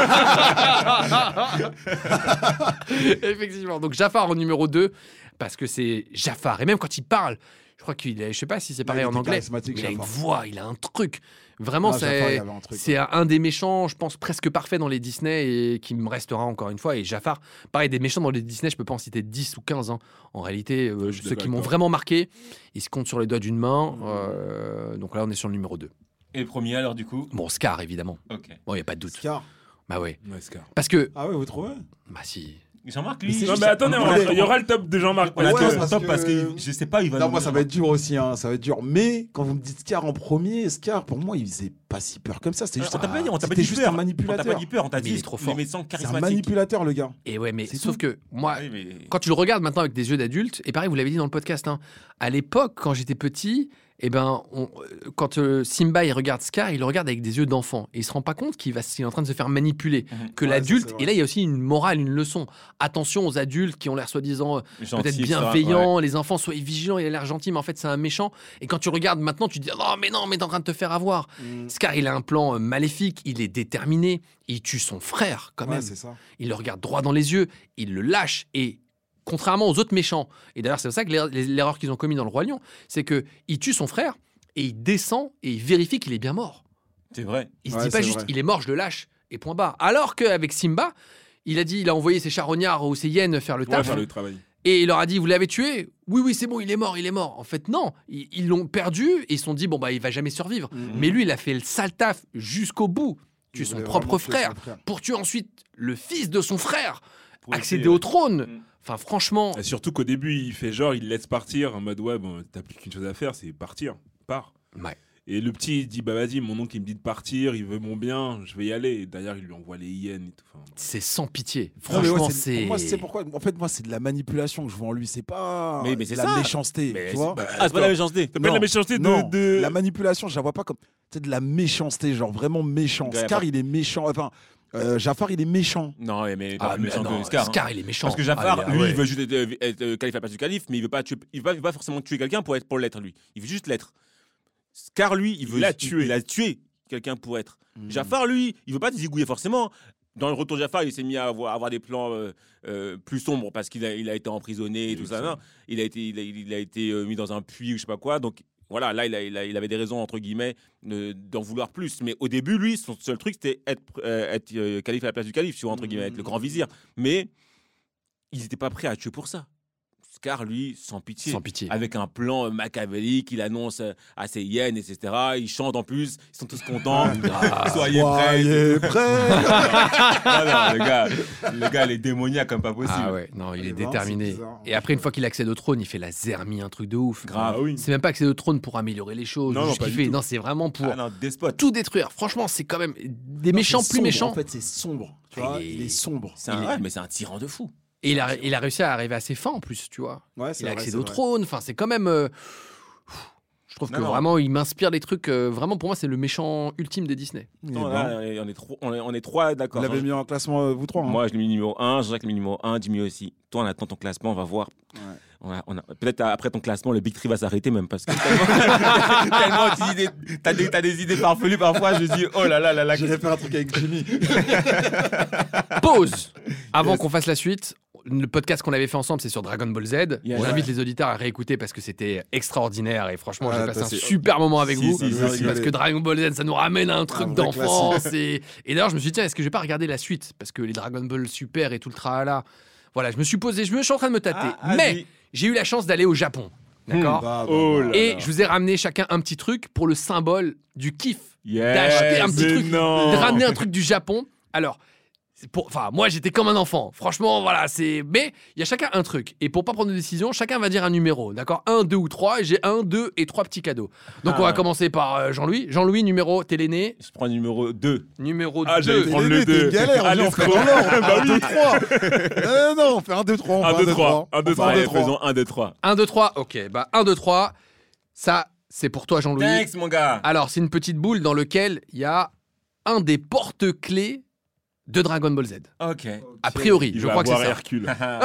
Effectivement. Donc, Jafar en numéro 2, parce que c'est Jafar. Et même quand il parle, je crois qu'il est, je sais pas si c'est pareil en anglais, mais il a une voix, il a un truc. Vraiment, c'est un des méchants, je pense, presque parfait dans les Disney et qui me restera encore une fois. Et Jafar, pareil, des méchants dans les Disney, je peux pas en citer 10 ou 15. Hein. En réalité, suis ceux d'accord qui m'ont avec toi. vraiment marqué, ils se comptent sur les doigts d'une main. Donc là, on est sur le numéro 2. Et le premier, alors, du coup? Bon, Scar, évidemment. Ok. Bon, il n'y a pas de doute. Scar. Bah ouais. Ouais, Scar. Parce que, Ah ouais, vous trouvez? bah si. Jean-Marc, Mais lui. c'est Non, juste- mais attendez, on il y aura le top de Jean-Marc. On a Ouais, tous parce top que- parce que je sais pas, il va. Non, nous- moi, ça va être dur aussi, hein. Ça va être dur. Mais quand vous me dites Scar en premier, Scar, pour moi, il faisait pas si peur comme ça. C'était juste, On t'a pas dit, on t'a pas c'était dit juste peur. un On t'a manipulateur. pas dit peur, on t'a Mais il dit est trop fort. les médecins C'est un charismatiques. manipulateur, le gars. Et ouais, mais C'est sauf tout. que moi, Oui, mais- quand tu le regardes maintenant avec des yeux d'adulte, et pareil, vous l'avez dit dans le podcast, hein, à l'époque, quand j'étais petit, quand Simba il regarde Scar, il le regarde avec des yeux d'enfant. Et il se rend pas compte qu'il est en train de se faire manipuler. Que l'adulte, et là il y a aussi une morale, une leçon. Attention aux adultes qui ont l'air soi-disant peut-être bienveillants, les enfants, soyez vigilants, il a l'air gentil, mais en fait c'est un méchant. Et quand tu regardes maintenant, tu te dis non, mais t'es en train de te faire avoir. Scar, il a un plan maléfique, il est déterminé, il tue son frère quand même. C'est ça. Il le regarde droit dans les yeux, il le lâche et contrairement aux autres méchants. Et d'ailleurs, c'est pour ça que l'erreur qu'ils ont commis dans le Roi Lion, c'est qu'il tue son frère et il descend et il vérifie qu'il est bien mort. C'est vrai. Il se dit pas juste, il est mort, je le lâche, et point barre. Alors qu'avec Simba, il a envoyé ses charognards ou ses hyènes faire le taf. Faire le travail. Et il leur a dit, vous l'avez tué ? Oui, c'est bon, il est mort. En fait, non. Ils l'ont perdu et ils se sont dit, il va jamais survivre. Mais lui, il a fait le sale taf jusqu'au bout. Tuer son propre frère pour tuer ensuite le fils de son frère, accéder au trône. Enfin, franchement. Et surtout qu'au début, il fait genre, il laisse partir en mode t'as plus qu'une chose à faire, c'est partir. Pars. Ouais. Et le petit, il dit vas-y, mon oncle, il me dit de partir, il veut mon bien, je vais y aller. Et derrière, il lui envoie les hyènes et tout. Enfin, c'est sans pitié. Franchement, c'est. Pour moi, c'est pourquoi. En fait, moi, c'est de la manipulation que je vois en lui. C'est pas mais c'est la ça. méchanceté. Mais tu vois c'est pas la méchanceté. T'as pas la méchanceté de. La manipulation, je la vois pas comme. C'est de la méchanceté, genre vraiment méchant. Scar, il est méchant. Enfin. Jafar, il est méchant. Non, mais pas plus méchant que Scar. Scar, il est méchant. Parce que Jafar, il veut juste être calife à la place du calife, mais il veut pas forcément tuer quelqu'un pour l'être, lui. Il veut juste l'être. Scar, lui, il a tué quelqu'un pour être. Jafar, lui, il veut pas zigouiller forcément. Dans le retour de Jafar, il s'est mis à avoir des plans plus sombres parce qu'il a été emprisonné et tout ça. Non, il a été mis dans un puits ou je sais pas quoi. Donc voilà, là, il avait des raisons, entre guillemets, d'en vouloir plus. Mais au début, lui, son seul truc, c'était être calife à la place du calife, tu vois, entre guillemets, être le grand vizir. Mais ils n'étaient pas prêts à tuer pour ça. Scar, lui, sans pitié. Avec un plan machiavélique, il annonce à ses hyènes, etc. Il chante en plus, ils sont tous contents. Soyez prêts. Le gars, il est démoniaque comme pas possible. Ah ouais, non, il est déterminé. Et après, une fois qu'il accède au trône, il fait la zermie, un truc de ouf. Grave. Ah oui. C'est même pas accéder au trône pour améliorer les choses. Non, c'est vraiment pour despote. tout détruire. Franchement, c'est quand même des méchants plus méchants. En fait, c'est sombre. Tu vois, il est sombre. Mais c'est un tyran de fou. Et il a réussi à arriver à ses fins en plus, tu vois. Ouais, il a accédé au trône. Enfin, c'est quand même. Je trouve que vraiment, il m'inspire des trucs. Vraiment, pour moi, c'est le méchant ultime des Disney. On est trois d'accord. Vous l'avez mis en classement, vous trois. Moi, je l'ai mis numéro 1, Jean-Jacques l'a mis numéro 1, Jimmy aussi. Toi, on attend ton classement, on va voir. Ouais. Peut-être après ton classement, le Big Tree va s'arrêter même parce que tellement t'as des idées farfelues parfois. Je dis oh là là. Je vais faire un truc avec Jimmy. Pause. Avant qu'on fasse la suite. Le podcast qu'on avait fait ensemble, c'est sur Dragon Ball Z. On invite les auditeurs à réécouter parce que c'était extraordinaire et franchement, j'ai passé un super moment avec vous. Parce que Dragon Ball Z, ça nous ramène à un truc d'enfance. Et d'ailleurs, je me suis dit, tiens, est-ce que je vais pas regarder la suite ? Parce que les Dragon Ball Super et tout le tralala. Voilà, je me suis posé, je suis en train de me tâter. Mais j'ai eu la chance d'aller au Japon. D'accord ? Et je vous ai ramené chacun un petit truc pour le symbole du kiff. D'acheter un petit truc, de ramener un truc du Japon. Alors, moi, j'étais comme un enfant. Franchement, voilà, mais il y a chacun un truc. Et pour pas prendre de décision, chacun va dire un numéro. D'accord ? 1, 2 ou 3. Et j'ai 1, 2 et 3 petits cadeaux. Donc, on va commencer par Jean-Louis. Jean-Louis, numéro, t'es l'aîné. Je prends le numéro 2. Numéro 2. J'allais prendre le 2. Galère, on fait dans l'ordre. 1, 2, 3. Non, on fait 1, 2, 3. 1, 2, 3. 1, 2, 3. Faisons 1, 2, 3. 1, 2, 3. Ok, 1, 2, 3. Ça, c'est pour toi, Jean-Louis. Thanks, mon gars. Alors, c'est une petite boule dans laquelle il y a un des porte-clés de Dragon Ball Z. Ok. A priori, je crois que c'est ça. Hercule.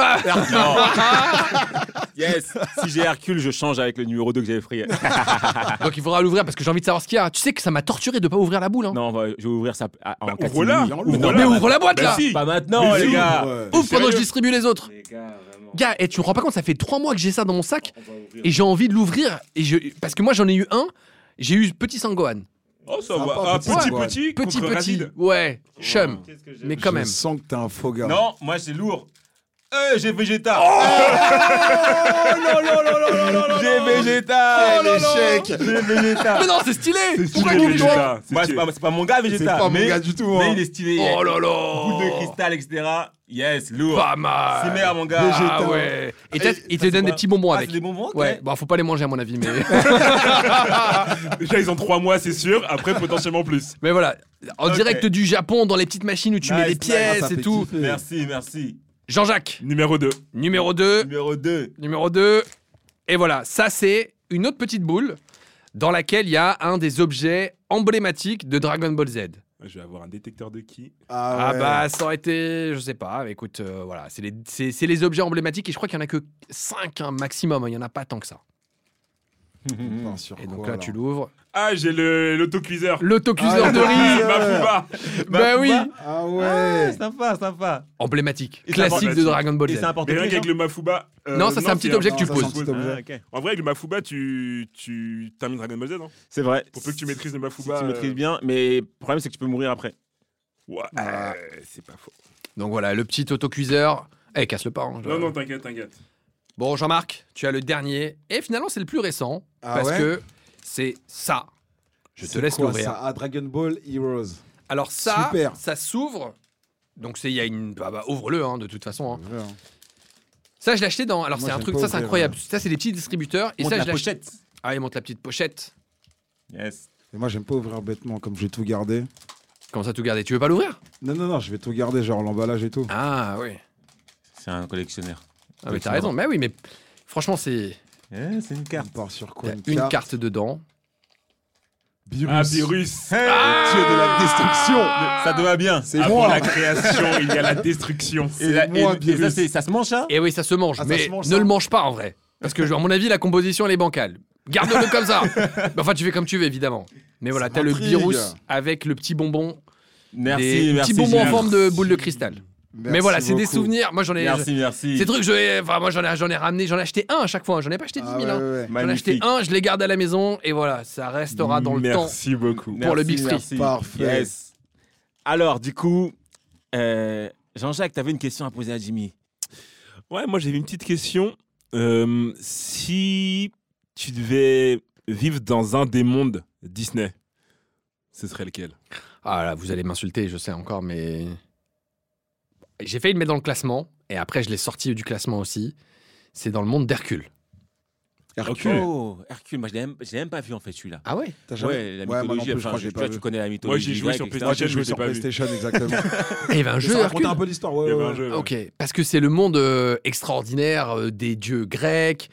Yes. Si j'ai Hercule, je change avec le numéro 2 que j'avais pris. Donc il faudra l'ouvrir parce que j'ai envie de savoir ce qu'il y a. Tu sais que ça m'a torturé de pas ouvrir la boule. Hein. Non, je vais ouvrir ça en ouvre-la. Mais ouvre la boîte là. Pas maintenant, les gars. Ouvre pendant que je distribue les autres. Gars, tu me rends pas compte, ça fait 3 mois que j'ai ça dans mon sac et j'ai envie de l'ouvrir. Parce que moi j'en ai eu un. J'ai eu Petit Sangohan. Oh, ça va. Petit. Ouais, chum. Mais quand même. Je sens que t'es un faux gars. Non, moi c'est lourd. J'ai Vegeta. Non. J'ai Vegeta. L'échec. J'ai Vegeta. Mais non, c'est stylé. Pourquoi il est toi ? Moi, c'est pas mon gars, Vegeta. C'est pas mon gars du tout. Mais il est stylé. Oh là là. Boule de cristal, etc. Yes, lourd. Pas mal. C'est meilleur, mon gars. Ah ouais. Et il te donne des petits bonbons avec. Des bonbons, okay. Ouais. Bon, faut pas les manger à mon avis, mais. Déjà, ils ont 3 mois, c'est sûr. Après, potentiellement plus. Mais voilà. En direct du Japon, dans les petites machines où tu mets les pièces et tout. Merci. Jean-Jacques. Numéro 2. Numéro 2. Et voilà, ça c'est une autre petite boule dans laquelle il y a un des objets emblématiques de Dragon Ball Z. Je vais avoir un détecteur de ki. Ah bah ça aurait été, je sais pas, écoute, voilà, c'est les objets emblématiques et je crois qu'il y en a que 5 maximum, il y en a pas tant que ça. Et donc là tu l'ouvres. Ah, j'ai l'autocuiseur. L'autocuiseur de riz. Mafouba. Bah oui. Ah ouais. Sympa. Emblématique, Et classique de Dragon Ball Et Z. c'est important. Mais rien qu'avec le Mafouba. Non, ça c'est un petit objet que tu poses. En vrai, avec le Mafouba, tu termines Dragon Ball Z. Hein. C'est vrai. Pour peu que tu maîtrises le Mafouba. Tu maîtrises bien, mais le problème c'est que tu peux mourir après. Ouais, c'est pas faux. Donc voilà, le petit autocuiseur. Casse-le pas. Hein, Non, t'inquiète. Bon, Jean-Marc, tu as le dernier. Et finalement, c'est le plus récent. Parce que c'est ça. Je te laisse l'ouvrir. Ça, Dragon Ball Heroes. Alors ça, Super. ça s'ouvre. Donc il y a une... ouvre-le, hein, de toute façon. Hein. Ouais. Ça, je l'ai acheté dans... Alors Moi, c'est un j'aime truc, pas ça c'est ouvrir, incroyable. Ça, c'est des petits distributeurs. Et Montre ça, la je l'ai acheté... pochette. Ah, il monte la petite pochette. Yes. Et moi, j'aime pas ouvrir bêtement, comme je vais tout garder. Comment ça, tout garder? Tu veux pas l'ouvrir? Non, je vais tout garder, genre l'emballage et tout. Ah, oui. C'est un collectionneur. Ah, mais t'as raison. Mais oui, mais franchement, c'est... C'est une On carte. part sur quoi? Une carte dedans. Virus. Ah, Virus. Dieu de la destruction. Ça te va bien. C'est Avant moi. la création, il y a la destruction. Et ça se mange, ça? Et oui, ça se mange. Ah, ça mais se mange, ne ça. le mange pas, en vrai. Parce que, à mon avis, la composition, elle est bancale. Garde-le comme ça. Mais enfin, tu fais comme tu veux, évidemment. Mais voilà, Ça t'as le m'intrigue. virus avec le petit bonbon. Merci. Des petits bonbons en forme de boule de cristal. Merci Mais voilà, c'est des beaucoup. souvenirs. Moi, j'en ai... Merci. Ces trucs, moi j'en ai ramené, j'en ai acheté un à chaque fois. J'en ai pas acheté 10 000. Ah hein. ouais. J'en ai acheté un, je les garde à la maison et voilà, ça restera dans le temps. Merci beaucoup. Pour le Big Free. Merci. Parfait. Yes. Alors, du coup, Jean-Jacques, tu avais une question à poser à Jimmy. Ouais, moi j'avais une petite question. Si tu devais vivre dans un des mondes Disney, ce serait lequel? Ah là, vous allez m'insulter, je sais encore, mais j'ai failli le mettre dans le classement et après je l'ai sorti du classement aussi. C'est dans le monde d'Hercule. Hercule. Oh, Hercule, moi je l'ai même pas vu en fait celui-là. Ah ouais? T'as jamais... Ouais, la Ouais, moi non mythologie, plus, je crois que j'ai pas tu vu. connais la mythologie. Moi, j'ai joué grecque, sur etc. Moi, j'ai je joué l'ai sur pas vu. PlayStation, exactement. Il y avait un jeu Ça racontait Hercule. un peu l'histoire, Il y avait ouais. un jeu. Ok, parce que c'est le monde extraordinaire des dieux grecs,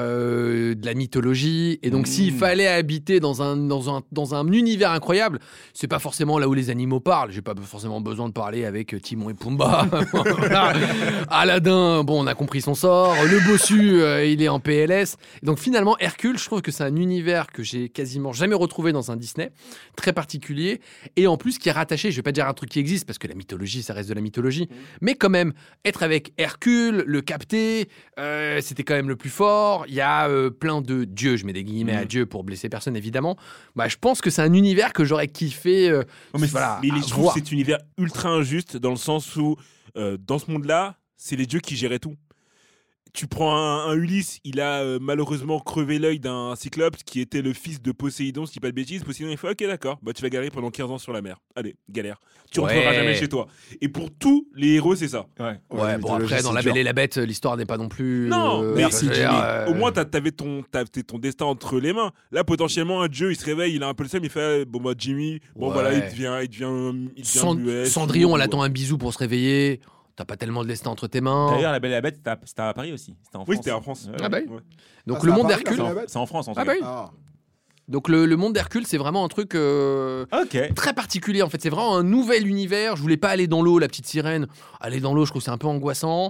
de la mythologie, et donc s'il fallait habiter dans un univers incroyable, c'est pas forcément là où les animaux parlent. J'ai pas forcément besoin de parler avec Timon et Pumba. Voilà. Aladdin, bon, on a compris son sort. Le bossu, il est en PLS. Et donc finalement, Hercule, je trouve que c'est un univers que j'ai quasiment jamais retrouvé dans un Disney, très particulier, et en plus qui est rattaché. Je vais pas dire un truc qui existe parce que la mythologie, ça reste de la mythologie. Mais quand même, être avec Hercule, le capter, c'était quand même le plus fort. Il y a plein de dieux, je mets des guillemets à Dieu pour blesser personne, évidemment. Bah, je pense que c'est un univers que j'aurais kiffé Mais voilà, je trouve voir. que cet univers ultra injuste dans le sens où, dans ce monde-là, c'est les dieux qui géraient tout. Tu prends un Ulysse, il a malheureusement crevé l'œil d'un cyclope qui était le fils de Poséidon, si je dis pas de bêtises. Poséidon, il fait ok, d'accord, bah, tu vas galérer pendant 15 ans sur la mer. Allez, galère. Tu rentreras jamais chez toi. Et pour tous les héros, c'est ça. Ouais. Ouais, bon, après, dans La Belle et la Bête, l'histoire n'est pas non plus. Non, mais je veux dire, au moins, t'avais ton destin entre les mains. Là, potentiellement, un dieu, il se réveille, il a un peu le seum, il fait bon, bah, Jimmy, bon, voilà, il devient muet. Cendrillon, elle attend un bisou pour se réveiller. T'as pas tellement de destin entre tes mains. D'ailleurs, La Belle et la Bête, c'était à Paris aussi. C'était en France. Oui, c'était en France. Ouais. Ah bah oui. Ouais. Donc Ah, le c'est à monde Paris, d'Hercule. La Belle et la Bête C'est en France, en tout Ah cas. bah oui. Ah. Donc le monde d'Hercule, c'est vraiment un truc Ok. très particulier. En fait, c'est vraiment un nouvel univers. Je voulais pas aller dans l'eau, la petite sirène. Aller dans l'eau, je trouve que c'est un peu angoissant.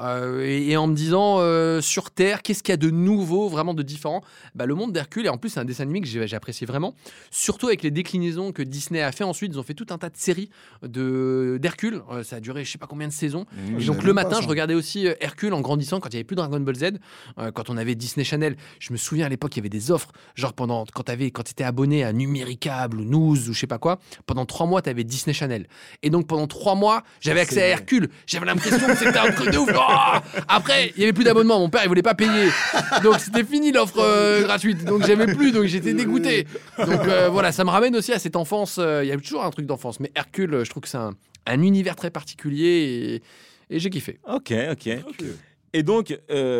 Et en me disant, sur Terre, qu'est-ce qu'il y a de nouveau, vraiment de différent? Bah, le monde d'Hercule, et en plus, c'est un dessin animé que j'ai apprécié vraiment. Surtout avec les déclinaisons que Disney a fait ensuite. Ils ont fait tout un tas de séries d'Hercule. Ça a duré je sais pas combien de saisons. Et je donc savais le même pas matin, ça. je regardais aussi Hercule en grandissant quand il n'y avait plus Dragon Ball Z, quand on avait Disney Channel. Je me souviens à l'époque, il y avait des offres, genre quand tu étais abonné à Numéricable ou News ou je sais pas quoi, pendant 3 mois, tu avais Disney Channel. Et donc pendant 3 mois, j'avais accès à Hercule. J'avais l'impression que c'était un truc de ouf. Oh après, il y avait plus d'abonnement. Mon père, il voulait pas payer. Donc c'était fini l'offre gratuite. Donc j'avais plus, donc j'étais dégoûté. Donc voilà, ça me ramène aussi à cette enfance. Il y a toujours un truc d'enfance. Mais Hercule, je trouve que c'est un univers très particulier et j'ai kiffé. Ok. Et donc,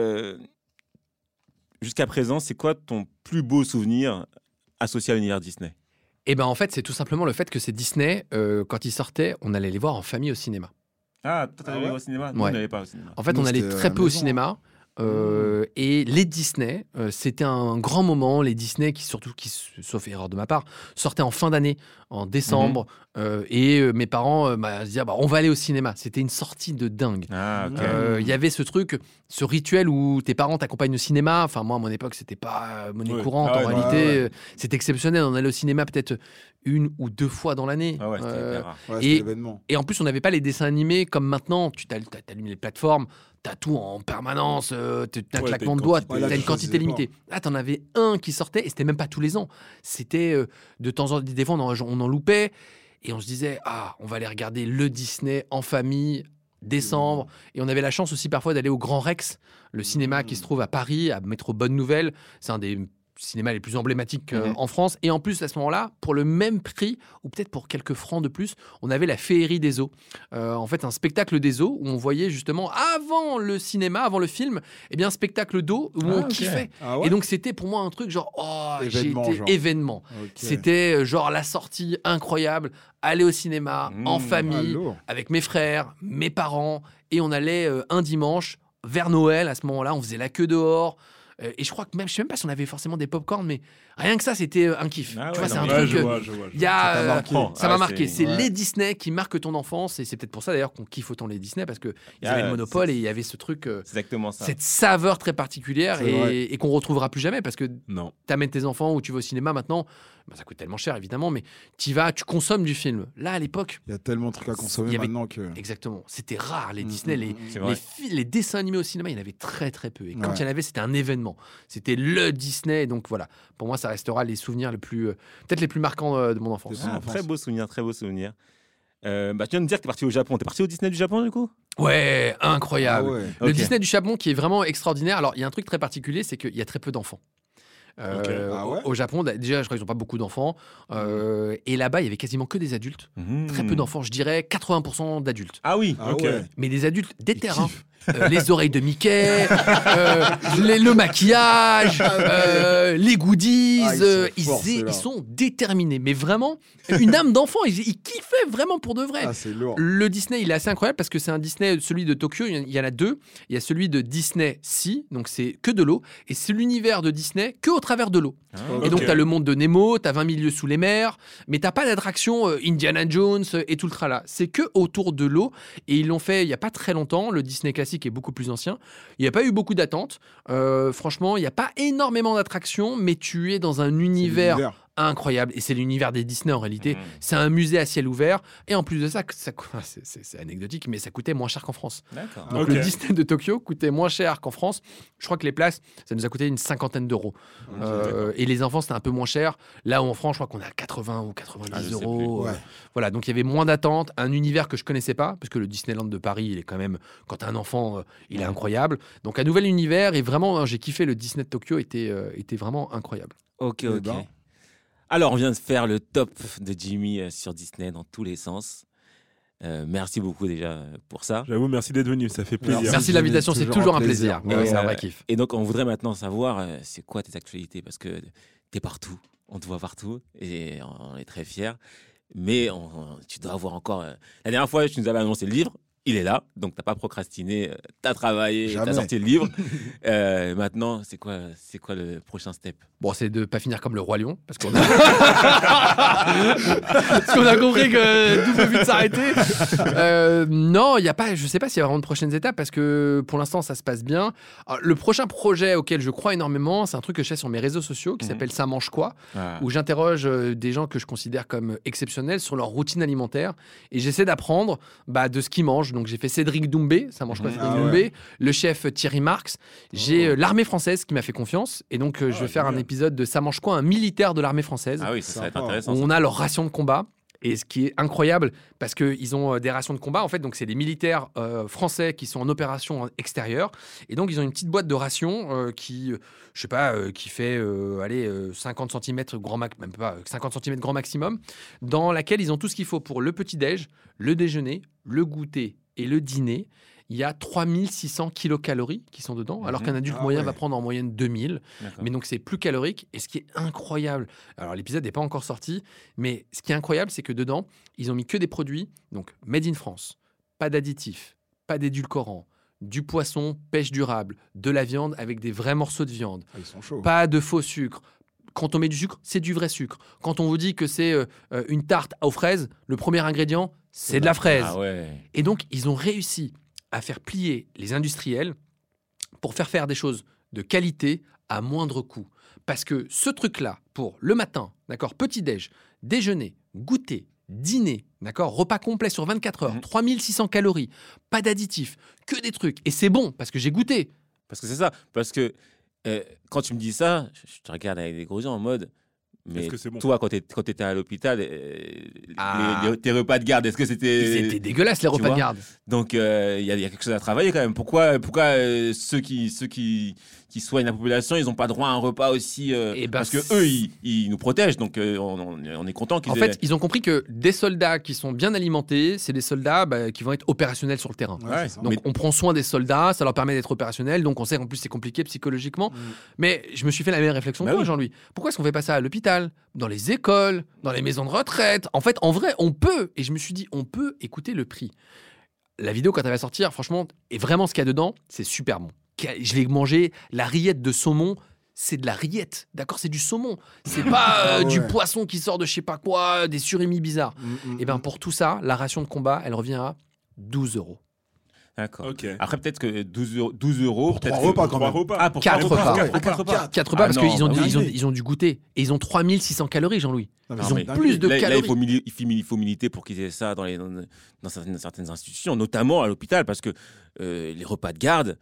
jusqu'à présent, c'est quoi ton plus beau souvenir associé à l'univers Disney? Et ben en fait, c'est tout simplement le fait que c'est Disney, quand ils sortaient, on allait les voir en famille au cinéma. Ah, toi, t'allais Ah ouais au cinéma? Ouais. Nous, on n'allait pas au cinéma. En fait, Nous, on allait c'était à très la peu au maison, cinéma. Et les Disney, c'était un grand moment. Les Disney qui, sauf erreur de ma part, sortaient en fin d'année, en décembre. Et mes parents se disaient on va aller au cinéma. C'était une sortie de dingue. Il y avait ce truc, ce rituel où tes parents t'accompagnent au cinéma. Enfin, moi, à mon époque, c'était pas monnaie courante. En réalité, c'était exceptionnel. On allait au cinéma peut-être 1 ou 2 fois dans l'année. Et en plus, on n'avait pas les dessins animés comme maintenant. Tu t'allumes les plateformes, t'as tout en permanence, t'as un claquement de doigts, t'as une quantité limitée. Là, t'en avais un qui sortait, et c'était même pas tous les ans. C'était de temps en temps, des fois, on en loupait, et on se disait, on va aller regarder le Disney en famille, décembre. Et on avait la chance aussi parfois d'aller au Grand Rex, le cinéma qui se trouve à Paris, à Métro Bonne Nouvelle. C'est un des cinémas les plus emblématiques en France. Et en plus, à ce moment-là, pour le même prix, ou peut-être pour quelques francs de plus, on avait la Féerie des Eaux. En fait, un spectacle des eaux où on voyait justement, avant le cinéma, avant le film, un spectacle d'eau où on kiffait. Et donc, c'était pour moi un truc genre, événement. C'était genre la sortie incroyable, aller au cinéma, en famille, avec mes frères, mes parents, et on allait un dimanche, vers Noël, à ce moment-là, on faisait la queue dehors. Et je crois que même, je sais même pas si on avait forcément des pop-corn, mais rien que ça, c'était un kiff. Tu vois, c'est un truc. Ça m'a marqué. C'est les Disney qui marquent ton enfance, et c'est peut-être pour ça d'ailleurs qu'on kiffe autant les Disney, parce que ils avaient le monopole et il y avait ce truc, exactement ça. Cette saveur très particulière et qu'on retrouvera plus jamais, parce que t'amènes tes enfants ou tu vas au cinéma maintenant. Ça coûte tellement cher, évidemment, mais tu consommes du film. Là, à l'époque... Il y a tellement de trucs à consommer maintenant que... Exactement. C'était rare, les Disney. Les dessins animés au cinéma, il y en avait très, très peu. Et quand il y en avait, c'était un événement. C'était le Disney. Donc voilà, pour moi, ça restera les souvenirs peut-être les plus marquants de mon enfance. Très beau souvenir, très beau souvenir. Tu viens de me dire que tu es parti au Japon. Tu es parti au Disney du Japon, du coup ? Ouais, incroyable. Le Disney du Japon qui est vraiment extraordinaire. Alors, il y a un truc très particulier, c'est qu'il y a très peu d'enfants. Au Japon, déjà, je crois qu'ils n'ont pas beaucoup d'enfants. Et là-bas, il y avait quasiment que des adultes. Très peu d'enfants, je dirais 80% d'adultes. Ah oui, mais des adultes déter. Les oreilles de Mickey, le maquillage, les goodies. Ils sont déterminés. Mais vraiment, une âme d'enfant. Ils kiffaient vraiment pour de vrai. C'est lourd. Le Disney, il est assez incroyable parce que c'est un Disney, celui de Tokyo, il y en a 2. Il y a celui de Disney Sea, donc c'est que de l'eau. Et c'est l'univers de Disney que au travers de l'eau. Et donc, tu as le monde de Nemo, tu as 20 000 lieues sous les mers, mais tu n'as pas d'attraction Indiana Jones et tout le tralala. C'est que autour de l'eau. Et ils l'ont fait il n'y a pas très longtemps. Le Disney classique est beaucoup plus ancien. Il n'y a pas eu beaucoup d'attentes. Franchement, il n'y a pas énormément d'attractions, mais tu es dans un univers incroyable. Et c'est l'univers des Disney en réalité. C'est un musée à ciel ouvert. Et en plus de ça, c'est anecdotique, mais ça coûtait moins cher qu'en France. D'accord. Donc le Disney de Tokyo coûtait moins cher qu'en France. Je crois que les places, ça nous a coûté une 50aine d'euros. Et les enfants, c'était un peu moins cher. Là où en France, je crois qu'on est à 80 ou 90 euros. Voilà, donc il y avait moins d'attentes. Un univers que je connaissais pas, parce que le Disneyland de Paris, il est quand même, quand t'as un enfant, il est incroyable. Donc un nouvel univers. Et vraiment, j'ai kiffé. Le Disney de Tokyo était vraiment incroyable. Ok. Alors, on vient de faire le top de Jimmy sur Disney dans tous les sens. Merci beaucoup déjà pour ça. J'avoue, merci d'être venu, ça fait plaisir. Merci de l'invitation, c'est toujours un plaisir. C'est un vrai kiff. Et donc, on voudrait maintenant savoir, c'est quoi tes actualités ? Parce que t'es partout, on te voit partout, et on est très fiers. Mais tu dois avoir encore... La dernière fois, tu nous avais annoncé le livre. Il est là, donc t'as pas procrastiné, t'as travaillé, t'as sorti le livre. Maintenant, c'est quoi le prochain step ? Bon, c'est de pas finir comme le Roi Lion, parce qu'on a compris que tout peut vite s'arrêter. Non, il y a pas. Je sais pas s'il y a vraiment de prochaines étapes, parce que pour l'instant, ça se passe bien. Alors, le prochain projet auquel je crois énormément, c'est un truc que je fais sur mes réseaux sociaux qui s'appelle Ça mange quoi, où j'interroge des gens que je considère comme exceptionnels sur leur routine alimentaire, et j'essaie d'apprendre de ce qu'ils mangent. Donc j'ai fait Cédric Doumbé, ça mange quoi Cédric Doumbé, le chef Thierry Marx, j'ai l'armée française qui m'a fait confiance, et donc je vais faire un épisode de Ça mange quoi, un militaire de l'armée française. Ah oui, ça va être intéressant. On a leur ration de combat. Et ce qui est incroyable, parce qu'ils ont des rations de combat, en fait, donc c'est des militaires français qui sont en opération extérieure. Et donc, ils ont une petite boîte de rations qui fait 50 cm grand max, même pas 50 cm grand maximum, dans laquelle ils ont tout ce qu'il faut pour le petit-déj, le déjeuner, le goûter et le dîner. Il y a 3600 kilocalories qui sont dedans, alors qu'un adulte moyen va prendre en moyenne 2000. D'accord. Mais donc, c'est plus calorique. Et ce qui est incroyable, alors l'épisode n'est pas encore sorti, mais ce qui est incroyable, c'est que dedans, ils ont mis que des produits, donc made in France, pas d'additifs, pas d'édulcorants, du poisson, pêche durable, de la viande avec des vrais morceaux de viande. Ils sont chauds. Pas de faux sucre. Quand on met du sucre, c'est du vrai sucre. Quand on vous dit que c'est une tarte aux fraises, le premier ingrédient, c'est de la fraise. Ah ouais. Et donc, ils ont réussi à faire plier les industriels pour faire des choses de qualité à moindre coût. Parce que ce truc-là, pour le matin, d'accord, petit-déj, déjeuner, goûter, dîner, d'accord, repas complet sur 24 heures, 3600 calories, pas d'additifs, que des trucs. Et c'est bon, parce que j'ai goûté. Parce que c'est ça. Parce que quand tu me dis ça, je te regarde avec des gros yeux en mode. Mais Est-ce que c'est bon? toi, quand tu étais à l'hôpital, tes repas de garde, est-ce que c'était. Ils étaient dégueulasses, les repas de garde. Donc, il y a quelque chose à travailler quand même. Pourquoi ceux qui soignent la population, ils n'ont pas droit à un repas aussi parce que eux, ils nous protègent. Donc, on est content qu'ils En fait, ils ont compris que des soldats qui sont bien alimentés, c'est des soldats qui vont être opérationnels sur le terrain. Ouais, Donc, on prend soin des soldats, ça leur permet d'être opérationnels. Donc, on sait qu'en plus, c'est compliqué psychologiquement. Mais je me suis fait la même réflexion que toi, Jean-Louis. Pourquoi est-ce qu'on fait pas ça à l'hôpital, dans les écoles, dans les maisons de retraite? En fait, en vrai, on peut. Et je me suis dit, on peut écouter le prix. La vidéo, quand elle va sortir, franchement, et vraiment ce qu'il y a dedans, c'est super bon. Je l'ai mangé, la rillette de saumon, c'est de la rillette, d'accord? C'est du saumon. C'est pas du poisson qui sort de je sais pas quoi, des surimi bizarres. Et bien pour tout ça, la ration de combat, elle revient à 12 €. D'accord. Okay. Après, peut-être que 12 euros pour 3 repas quand même. Ah, pour 4 repas. 4 repas. 4 repas parce non, qu'ils ont du goûter. Et ils ont 3600 calories, Jean-Louis. Non, Ils ont mais plus de là, calories. Il faut militer pour qu'ils aient ça dans certaines institutions, notamment à l'hôpital, parce que les repas de garde,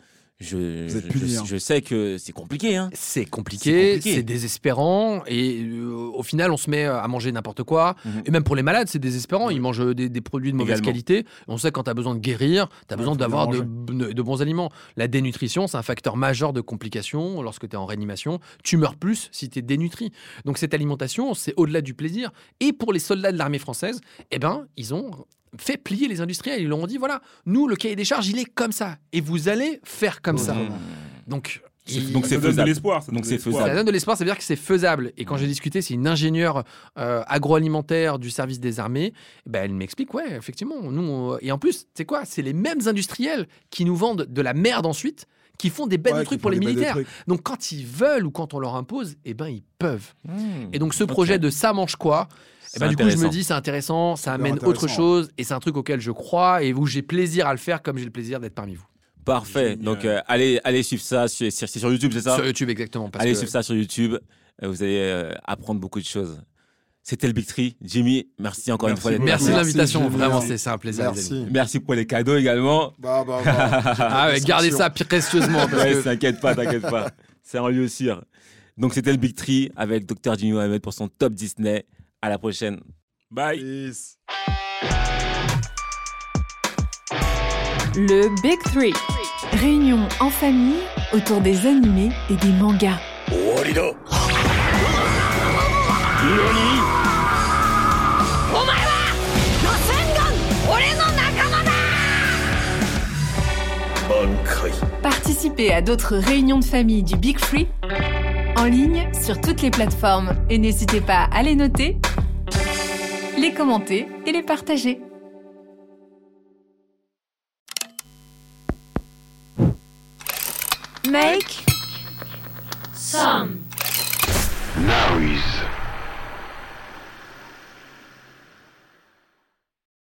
je sais que c'est compliqué. Hein. C'est compliqué, c'est désespérant. Et au final, on se met à manger n'importe quoi. Et même pour les malades, c'est désespérant. Ils mangent des produits de mauvaise qualité. On sait que quand tu as besoin de guérir, tu as besoin d'avoir de bons aliments. La dénutrition, c'est un facteur majeur de complications lorsque tu es en réanimation. Tu meurs plus si tu es dénutri. Donc cette alimentation, c'est au-delà du plaisir. Et pour les soldats de l'armée française, ils ont fait plier les industriels. Ils leur ont dit, voilà, nous, le cahier des charges, il est comme ça. Et vous allez faire comme ça. Donc c'est faisable. de l'espoir. Donc c'est faisable. Ça donne de l'espoir, ça veut dire que c'est faisable. Et quand j'ai discuté, c'est une ingénieure agroalimentaire du service des armées. Elle m'explique, ouais, effectivement. Et en plus, c'est quoi? C'est les mêmes industriels qui nous vendent de la merde ensuite, qui font des bêtes de trucs pour les militaires. Donc quand ils veulent ou quand on leur impose, ils peuvent. Et donc ce projet de ça mange quoi? Du coup, je me dis, c'est intéressant, ça amène autre chose, et c'est un truc auquel je crois et où j'ai plaisir à le faire comme j'ai le plaisir d'être parmi vous. Parfait. Donc, allez suivre ça. C'est sur YouTube, c'est ça? Sur YouTube, exactement. Allez suivre ça sur YouTube. Vous allez apprendre beaucoup de choses. C'était le Big Three. Jimmy, merci encore une fois d'être Merci de l'invitation. Jimmy. Vraiment, c'est un plaisir. Merci pour les cadeaux également. Gardez ça précieusement. T'inquiète pas. C'est un lieu sûr. Donc, c'était le Big Three avec Dr. Jimmy Mohamed pour son Top Disney. À la prochaine. Bye. Peace. Le Big Three. Réunion en famille autour des animés et des mangas. Participez à d'autres réunions de famille du Big Three en ligne sur toutes les plateformes et n'hésitez pas à les noter, les commenter et les partager. Make some noise.